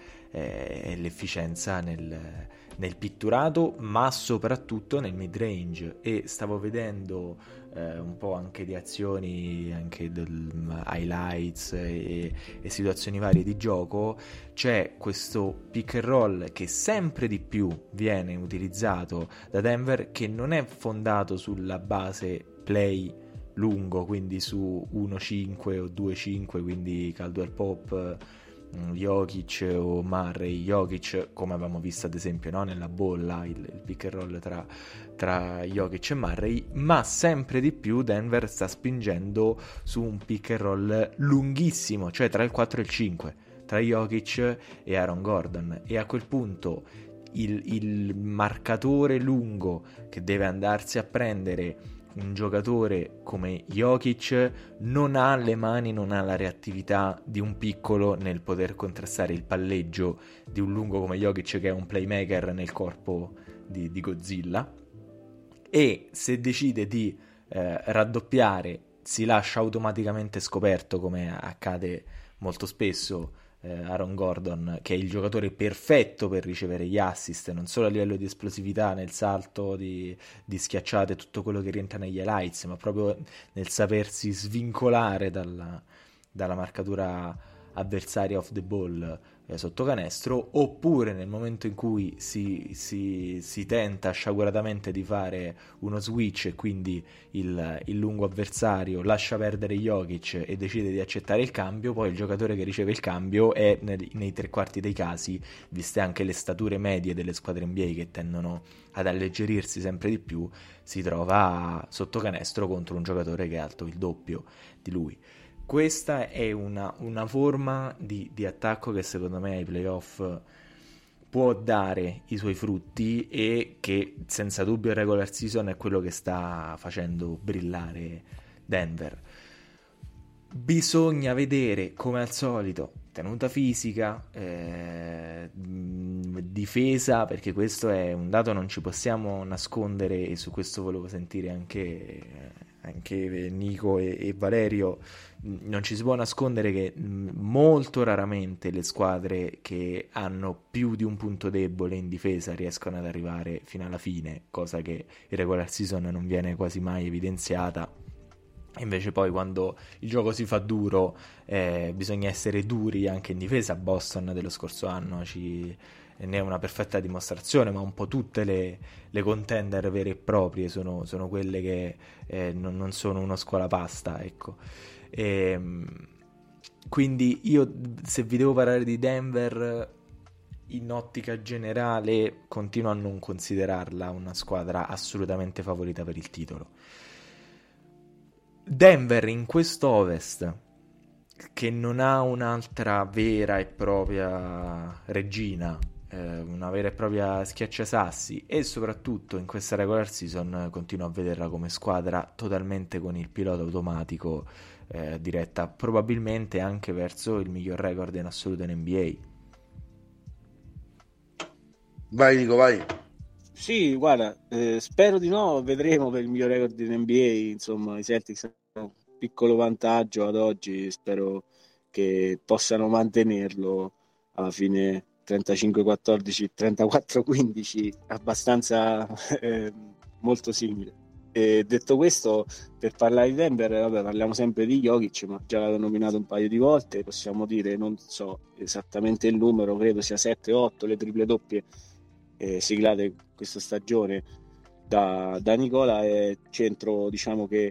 è l'efficienza nel nel pitturato, ma soprattutto nel mid range. E stavo vedendo eh, un po' anche di azioni, anche del highlights e, e situazioni varie di gioco. C'è questo pick and roll che sempre di più viene utilizzato da Denver, che non è fondato sulla base play lungo, quindi su uno cinque o due cinque, quindi Caldwell Pop, Jokic o Murray. Jokic, come avevamo visto ad esempio, no? Nella bolla, il, il pick and roll tra, tra Jokic e Murray, ma sempre di più Denver sta spingendo su un pick and roll lunghissimo, cioè tra il quattro e il cinque, tra Jokic e Aaron Gordon, e a quel punto il, il marcatore lungo che deve andarsi a prendere un giocatore come Jokic non ha le mani, non ha la reattività di un piccolo nel poter contrastare il palleggio di un lungo come Jokic, che è un playmaker nel corpo di, di Godzilla, e se decide di eh, raddoppiare si lascia automaticamente scoperto, come accade molto spesso. eh, Aaron Gordon, che è il giocatore perfetto per ricevere gli assist, non solo a livello di esplosività nel salto, di, di schiacciate, tutto quello che rientra negli highlights, ma proprio nel sapersi svincolare dalla, dalla marcatura avversaria off the ball sotto canestro, oppure nel momento in cui si, si, si tenta sciaguratamente di fare uno switch e quindi il, il lungo avversario lascia perdere Jokic e decide di accettare il cambio, poi il giocatore che riceve il cambio è nei, nei tre quarti dei casi, viste anche le stature medie delle squadre N B A che tendono ad alleggerirsi sempre di più, si trova sotto canestro contro un giocatore che è alto il doppio di lui. Questa è una, una forma di, di attacco che secondo me ai playoff può dare i suoi frutti e che senza dubbio il regular season è quello che sta facendo brillare Denver. Bisogna vedere, come al solito, tenuta fisica, eh, difesa, perché questo è un dato non ci possiamo nascondere, e su questo volevo sentire anche, anche Nico e, e Valerio. Non ci si può nascondere che molto raramente le squadre che hanno più di un punto debole in difesa riescono ad arrivare fino alla fine, cosa che in regular season non viene quasi mai evidenziata. Invece poi quando il gioco si fa duro eh, bisogna essere duri anche in difesa. Boston dello scorso anno ci, ne è una perfetta dimostrazione, ma un po' tutte le, le contender vere e proprie sono, sono quelle che eh, non, non sono uno scuolapasta, ecco. E, quindi io, se vi devo parlare di Denver in ottica generale, continuo a non considerarla una squadra assolutamente favorita per il titolo. Denver in questo Ovest, che non ha un'altra vera e propria regina, eh, una vera e propria schiacciasassi, e soprattutto in questa regular season continuo a vederla come squadra totalmente con il pilota automatico, eh, diretta probabilmente anche verso il miglior record in assoluto in N B A. Vai Nico, vai. Sì, guarda, eh, spero di no, vedremo per il mio record in N B A, insomma, i Celtics hanno un piccolo vantaggio ad oggi, spero che possano mantenerlo alla fine trentacinque quattordici, trentaquattro quindici, abbastanza eh, molto simile. E detto questo, per parlare di Denver, vabbè, parliamo sempre di Jokic, ma già l'avevo nominato un paio di volte, possiamo dire, non so esattamente il numero, credo sia sette otto le triple doppie Eh, siglate questa stagione da, da Nicola. È centro, diciamo che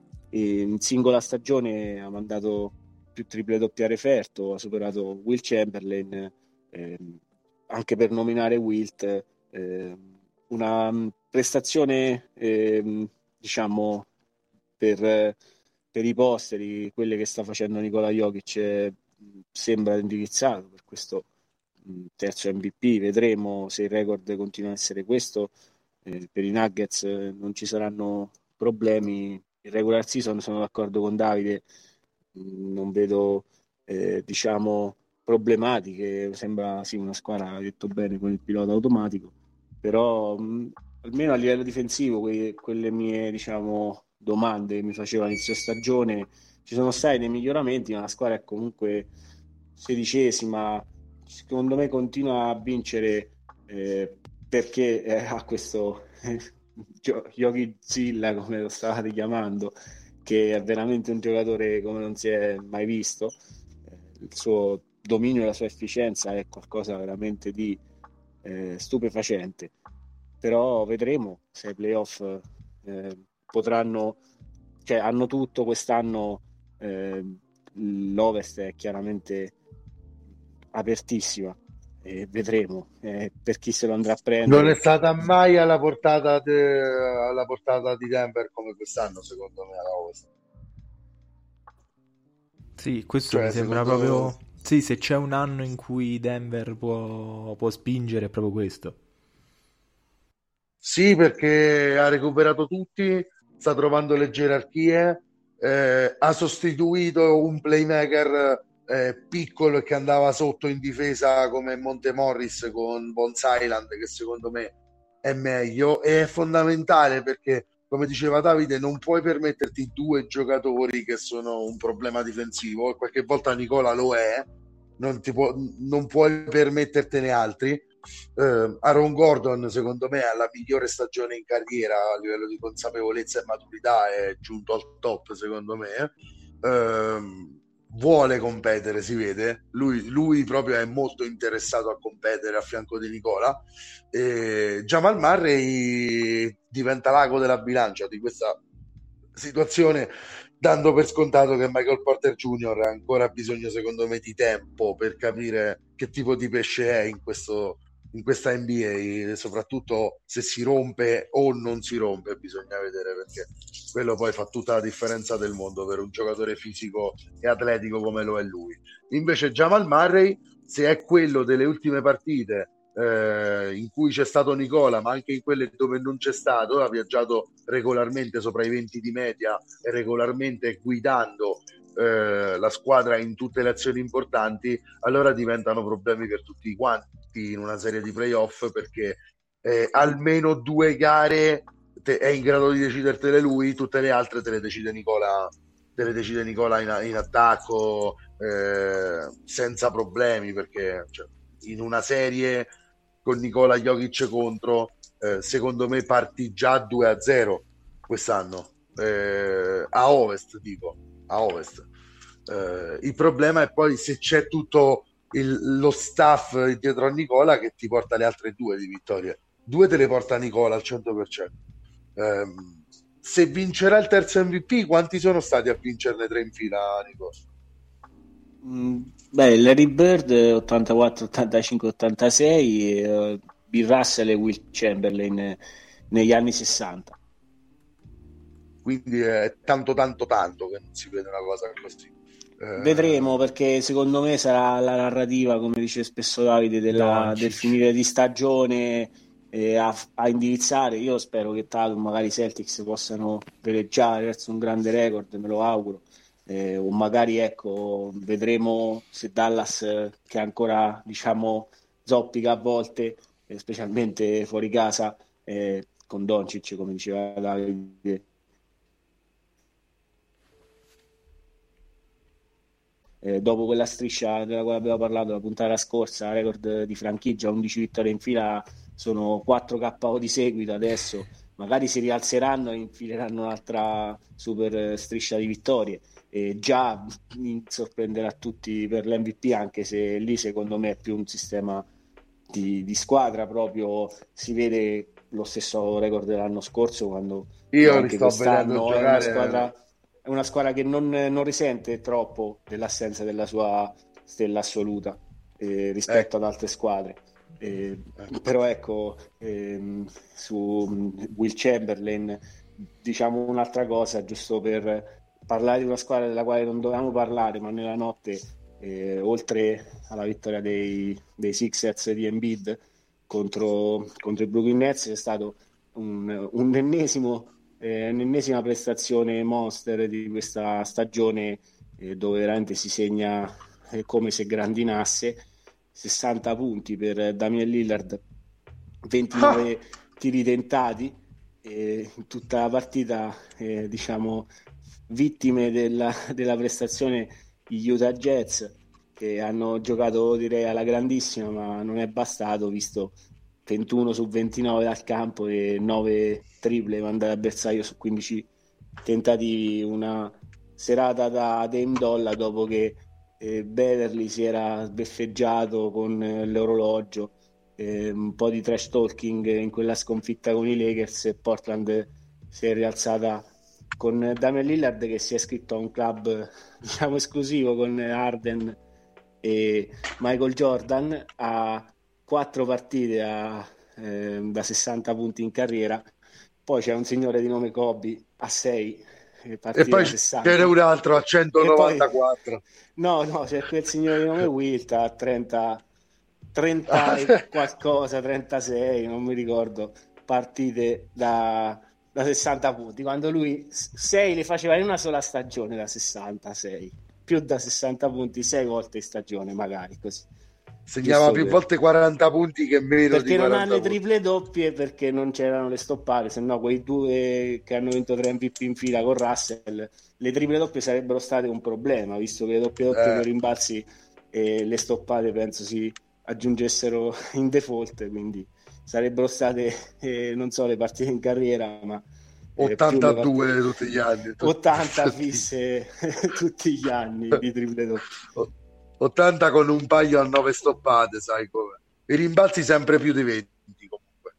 in singola stagione ha mandato più triple doppie a referto, ha superato Will Chamberlain, eh, anche per nominare Wilt, eh, una prestazione eh, diciamo per, per i posteri, quelle che sta facendo Nikola Jokic, eh, sembra indirizzato per questo terzo M V P. Vedremo se il record continua a essere questo. Eh, per i Nuggets eh, non ci saranno problemi. Il regular season, sono d'accordo con Davide, mh, non vedo eh, diciamo problematiche. Sembra sì una squadra, ha detto bene, con il pilota automatico, però mh, almeno a livello difensivo que- quelle mie diciamo domande che mi faceva all'inizio stagione, ci sono stati dei miglioramenti, ma la squadra è comunque sedicesima. Secondo me continua a vincere eh, perché eh, ha questo eh, Yogi Zilla, come lo stavate chiamando, che è veramente un giocatore come non si è mai visto. Eh, il suo dominio e la sua efficienza è qualcosa veramente di eh, stupefacente. Però vedremo se i playoff eh, potranno, cioè hanno tutto quest'anno. eh, L'Ovest è chiaramente apertissima e vedremo eh, per chi se lo andrà a prendere. Non è stata mai alla portata, de, alla portata di Denver come quest'anno, secondo me, alla Ovest. Sì, questo Cioè, mi sembra secondo... proprio... Sì, se c'è un anno in cui Denver può, può spingere è proprio questo. Sì, perché ha recuperato tutti, sta trovando le gerarchie, eh, ha sostituito un playmaker eh, piccolo che andava sotto in difesa come Monte Morris con Bones Island, che secondo me è meglio, e è fondamentale perché, come diceva Davide, non puoi permetterti due giocatori che sono un problema difensivo, e qualche volta Nicola lo è, non, ti può, non puoi permettertene altri. Uh, Aaron Gordon secondo me ha la migliore stagione in carriera a livello di consapevolezza e maturità, è giunto al top secondo me. uh, vuole competere, si vede, lui, lui proprio è molto interessato a competere a fianco di Nicola, e Jamal Murray diventa l'ago della bilancia di questa situazione, dando per scontato che Michael Porter Junior ha ancora bisogno, secondo me, di tempo per capire che tipo di pesce è in questo in questa N B A, soprattutto se si rompe o non si rompe, bisogna vedere, perché quello poi fa tutta la differenza del mondo per un giocatore fisico e atletico come lo è lui. Invece Jamal Murray, se è quello delle ultime partite eh, in cui c'è stato Nicola, ma anche in quelle dove non c'è stato, ha viaggiato regolarmente sopra i venti di media e regolarmente guidando eh, la squadra in tutte le azioni importanti, allora diventano problemi per tutti quanti in una serie di playoff, perché eh, almeno due gare te, è in grado di decidertele lui, tutte le altre te le decide Nicola, te le decide Nicola in, in attacco eh, senza problemi, perché cioè, in una serie con Nicola Jokic contro eh, secondo me parti già due a zero quest'anno eh, a Ovest, dico a Ovest. Eh, il problema è poi se c'è tutto il, lo staff dietro a Nicola che ti porta le altre due di vittorie. Due te le porta Nicola al cento per cento. Eh, se vincerà il terzo M V P, quanti sono stati a vincerne tre in fila, Nicola? Mm, beh, Larry Bird ottantaquattro, ottantacinque, ottantasei, e, uh, Bill Russell e Will Chamberlain eh, negli anni sessanta. Quindi è tanto tanto tanto che non si vede una cosa così. Eh... Vedremo, perché secondo me sarà la narrativa, come dice spesso Davide, della, del finire di stagione eh, a, a indirizzare. Io spero che Tatum, magari i Celtics possano veleggiare verso un grande record, me lo auguro. Eh, o magari ecco, vedremo se Dallas, eh, che ancora diciamo zoppica a volte, eh, specialmente fuori casa, eh, con Doncic, come diceva Davide, eh, dopo quella striscia della quale abbiamo parlato la puntata scorsa, record di franchigia, undici vittorie in fila, sono quattro K O di seguito. Adesso magari si rialzeranno e infileranno un'altra super striscia di vittorie, e già sorprenderà tutti per l'M V P, anche se lì secondo me è più un sistema di, di squadra, proprio si vede lo stesso record dell'anno scorso, quando io anche li sto vedendo quest'anno è giocare. una squadra, è una squadra che non, non risente troppo dell'assenza della sua stella assoluta eh, rispetto eh. ad altre squadre. Eh, però ecco, ehm, su Will Chamberlain diciamo un'altra cosa, giusto per parlare di una squadra della quale non dovevamo parlare, ma nella notte, eh, oltre alla vittoria dei, dei Sixers di Embiid contro, contro i Brooklyn Nets, c'è stato un, un ennesimo eh, un'ennesima prestazione monster di questa stagione, eh, dove veramente si segna eh, come se grandinasse. Sessanta punti per Damian Lillard, ventinove ah. tiri tentati, eh, in tutta la partita, eh, diciamo vittime della, della prestazione gli Utah Jazz, che hanno giocato direi alla grandissima, ma non è bastato, visto ventuno su ventinove dal campo e nove triple mandate a bersaglio su quindici tentativi. Una serata da Dame Dolla, dopo che eh, Beverly si era sbeffeggiato con eh, l'orologio, eh, un po' di trash talking in quella sconfitta con i Lakers, e Portland si è rialzata con Damian Lillard, che si è iscritto a un club diciamo esclusivo con Harden e Michael Jordan, a quattro partite a, eh, da sessanta punti in carriera. Poi c'è un signore di nome Kobe a sei partite, e poi da sessanta. C'era un altro a centonovantaquattro. Poi, no no c'è quel signore di nome Wilt a trenta, trenta e qualcosa, trentasei, non mi ricordo, partite da, da sessanta punti, quando lui sei le faceva in una sola stagione da sessantasei, più da sessanta punti sei volte in stagione, magari così. Segnava più per... volte quaranta punti che meno, perché di non quaranta ha le triple doppie, perché non c'erano le stoppate, se no quei due che hanno vinto tre M V P in fila con Russell, le triple doppie sarebbero state un problema, visto che le doppie doppie eh. per rimbalzi e le stoppate penso si aggiungessero in default, quindi sarebbero state eh, non so le partite in carriera, ma ottantadue eh, tutti gli anni. ottanta fisse tutti gli anni di triple doppio. ottanta con un paio a nove stoppate, sai come. I rimbalzi sempre più di venti comunque.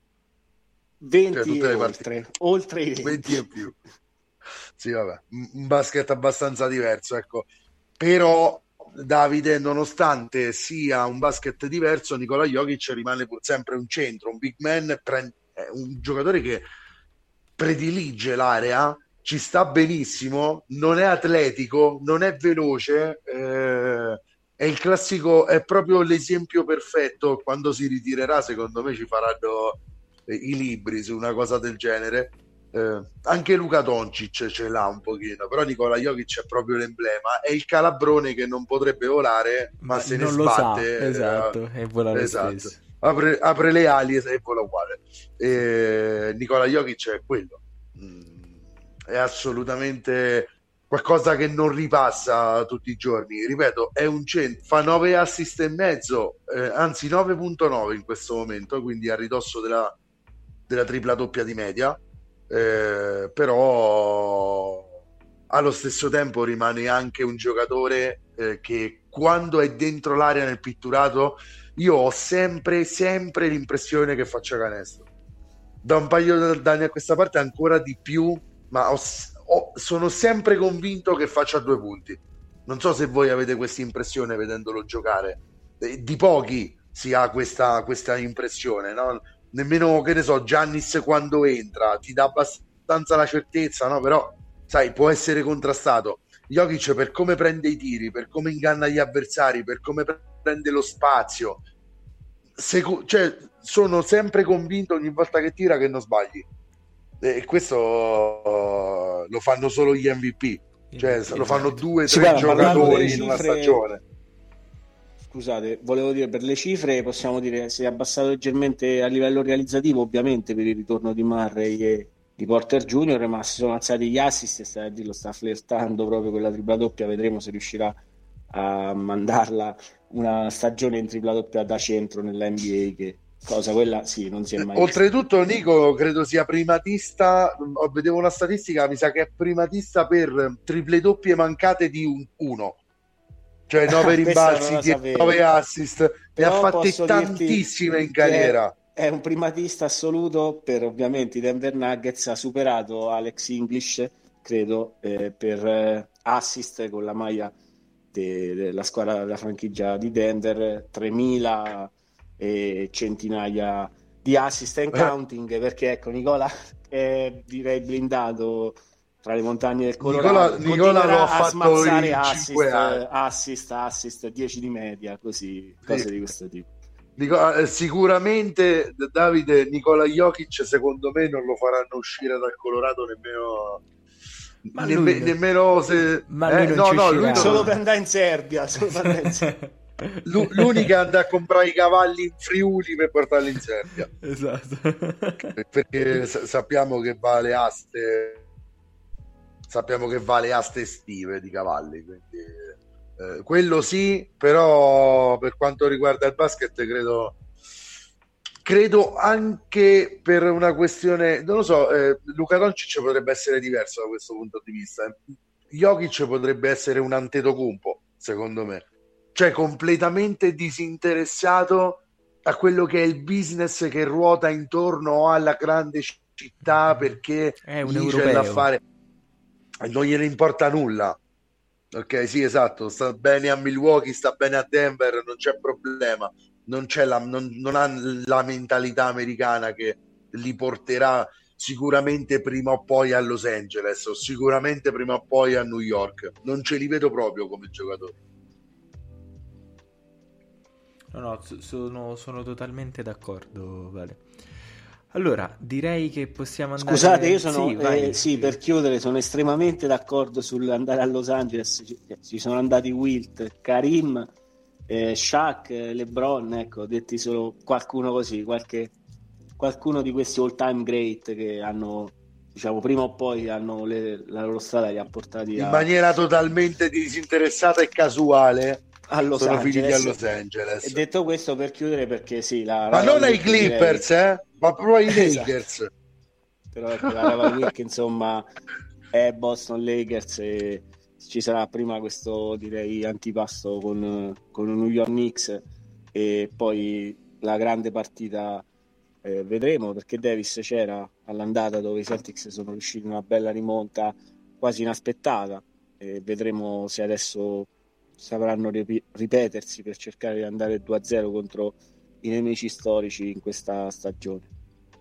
venti cioè, e oltre, oltre i venti. venti e più. Sì, vabbè, un basket abbastanza diverso, ecco. Però Davide, nonostante sia un basket diverso, Nikola Jokic rimane pur sempre un centro, un big man, un giocatore che predilige l'area, ci sta benissimo, non è atletico, non è veloce, eh, è il classico, è proprio l'esempio perfetto. Quando si ritirerà, secondo me ci faranno eh, i libri su una cosa del genere. Eh, anche Luka Doncic ce l'ha un pochino, però Nikola Jokic è proprio l'emblema, è il calabrone che non potrebbe volare ma, ma se ne sbatte, sa, esatto, eh, e vola lo esatto. stesso. Apre, apre le ali e vola uguale. eh, Nikola Jokic è quello, mm, è assolutamente qualcosa che non ripassa tutti i giorni, ripeto, è un centro, fa nove assist e mezzo, eh, anzi nove virgola nove in questo momento, quindi a ridosso della, della tripla doppia di media. Eh, però allo stesso tempo rimane anche un giocatore eh, che quando è dentro l'area nel pitturato io ho sempre sempre l'impressione che faccia canestro. Da un paio d'anni a questa parte ancora di più, ma ho, ho, sono sempre convinto che faccia due punti. Non so se voi avete questa impressione vedendolo giocare. Eh, di pochi si ha questa, questa impressione, no? Nemmeno, che ne so, Giannis quando entra ti dà abbastanza la certezza, no? Però sai, può essere contrastato. Jokic, per come prende i tiri, per come inganna gli avversari, per come prende lo spazio, seco- cioè sono sempre convinto ogni volta che tira che non sbagli, e questo uh, lo fanno solo gli M V P, cioè esatto. Lo fanno due, tre sì, giocatori in cifre... una stagione. Scusate, volevo dire, per le cifre possiamo dire si è abbassato leggermente a livello realizzativo, ovviamente per il ritorno di Murray e di Porter Junior, ma si sono alzati gli assist e sta, lo sta flirtando proprio con la tripla doppia. Vedremo se riuscirà a mandarla una stagione in tripla doppia da centro nella N B A, che cosa quella sì, non si è mai oltretutto vista. Nico credo sia primatista, vedevo una statistica, mi sa che è primatista per triple doppie mancate di un uno. Cioè nove rimbalzi, nove assist, ne ha fatte tantissime in carriera. È, è un primatista assoluto per ovviamente i Denver Nuggets, ha superato Alex English, credo, eh, per eh, assist con la maglia della de, squadra della franchigia di Denver, tremila e centinaia di assist and counting, eh. Perché ecco, Nicola è direi blindato tra le montagne del Colorado. Nicola, Nicola lo ha fatto smazzare in assist, anni. assist, assist, dieci di media, così, cose sì. Di questo tipo. Nicola, sicuramente Davide, Nikola Jokic secondo me non lo faranno uscire dal Colorado nemmeno, ma nemme, lui, nemmeno se ma eh, lui no, no, lui solo per andare in Serbia, solo per andare in Serbia. L'unica andare a comprare i cavalli in Friuli per portarli in Serbia. Esatto. Perché s- sappiamo che va alle aste sappiamo che va alle aste estive di cavalli, quindi eh, quello sì. Però per quanto riguarda il basket credo credo anche per una questione, non lo so, eh, Luka Doncic potrebbe essere diverso da questo punto di vista. Jokic potrebbe essere un Antetokounmpo, secondo me, cioè completamente disinteressato a quello che è il business che ruota intorno alla grande città, perché è un lì europeo. c'è da fare, non gliene importa nulla. Ok, sì, esatto, sta bene a Milwaukee, sta bene a Denver, non c'è problema, non c'è la, non, non ha la mentalità americana che li porterà sicuramente prima o poi a Los Angeles o sicuramente prima o poi a New York. Non ce li vedo proprio come giocatori. No, no, sono, sono totalmente d'accordo, Vale. Allora, direi che possiamo andare... Scusate, io sono... Sì, vai. Eh, sì, per chiudere, sono estremamente d'accordo sull'andare a Los Angeles. Ci, ci sono andati Wilt, Karim, eh, Shaq, LeBron, ecco, detti solo qualcuno così, qualche, qualcuno di questi all-time great che hanno, diciamo, prima o poi hanno le, la loro strada li ha portati in a... maniera totalmente disinteressata e casuale. A Los sono Angeles. finiti a Los Angeles. E detto questo, per chiudere, perché sì, la, ma la, non la ai Clippers, direi... eh? Ma proprio ai Lakers. però ecco, la rival week insomma è Boston Lakers e ci sarà prima questo, direi, antipasto con, con New York Knicks e poi la grande partita, eh, vedremo, perché Davis c'era all'andata dove i Celtics sono riusciti in una bella rimonta quasi inaspettata e vedremo se adesso sapranno ripi- ripetersi per cercare di andare due a zero contro i nemici storici in questa stagione.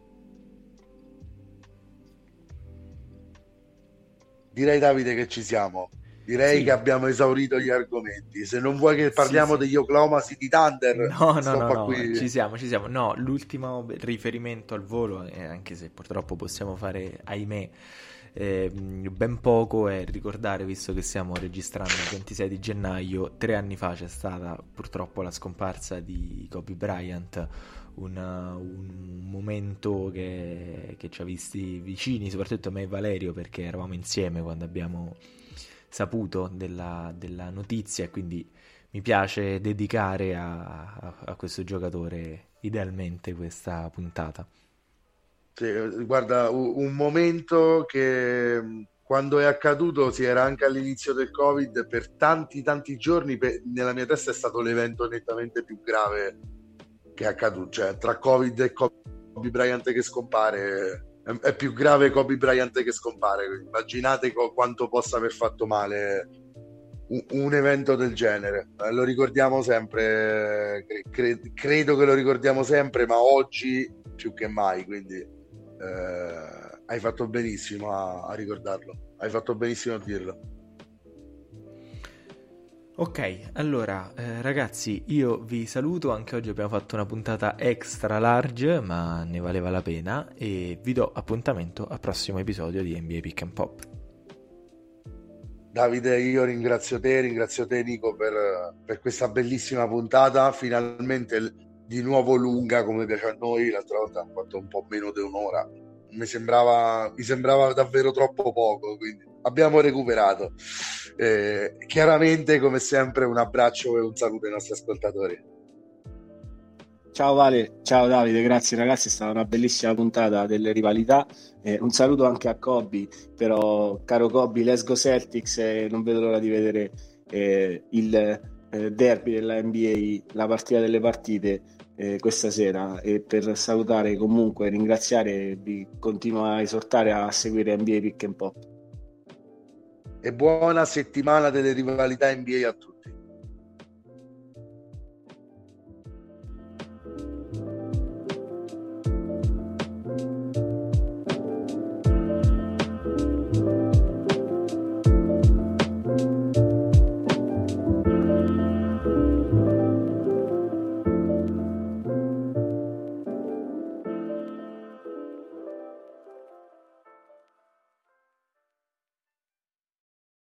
Direi, Davide, che ci siamo. Direi Sì. che abbiamo esaurito gli argomenti. Se non vuoi che parliamo Sì, sì. degli Oklahoma City Thunder, No, no, sto no, qua no, qui. ci siamo, ci siamo. No, l'ultimo riferimento al volo, eh, anche se purtroppo possiamo fare, ahimè, eh, ben poco, è ricordare, visto che stiamo registrando il ventisei di gennaio, tre anni fa c'è stata purtroppo la scomparsa di Kobe Bryant, una- un momento che, che ci ha visti vicini, soprattutto a me e Valerio, perché eravamo insieme quando abbiamo saputo della, della notizia e quindi mi piace dedicare a, a, a questo giocatore idealmente questa puntata. Sì, guarda, u- un momento che mh, quando è accaduto si era anche all'inizio del Covid, per tanti tanti giorni pe- nella mia testa è stato l'evento nettamente più grave che è accaduto, cioè tra Covid e Kobe Bryant che scompare è, è più grave Kobe Bryant che scompare. Quindi immaginate co- quanto possa aver fatto male un, un evento del genere. Eh, lo ricordiamo sempre, cre- cre- credo che lo ricordiamo sempre, ma oggi più che mai, quindi eh, hai fatto benissimo a, a ricordarlo, hai fatto benissimo a dirlo. Ok, allora eh, ragazzi, io vi saluto, anche oggi abbiamo fatto una puntata extra large, ma ne valeva la pena, e vi do appuntamento al prossimo episodio di N B A Pick and Pop. Davide, io ringrazio te, ringrazio te Nico per, per questa bellissima puntata, finalmente l- di nuovo lunga come piace a noi. L'altra volta hanno fatto un po' meno di un'ora, mi sembrava, mi sembrava davvero troppo poco, quindi abbiamo recuperato. Eh, chiaramente, come sempre, un abbraccio e un saluto ai nostri ascoltatori. Ciao Vale, ciao Davide, grazie ragazzi, è stata una bellissima puntata delle rivalità. Eh, un saluto anche a Kobe, però caro Kobe, let's go Celtics, e non vedo l'ora di vedere eh, il eh, derby della N B A, la partita delle partite eh, questa sera. E per salutare comunque e ringraziare, vi continuo a esortare a seguire N B A Pick and Pop. E buona settimana delle rivalità N B A a tutti.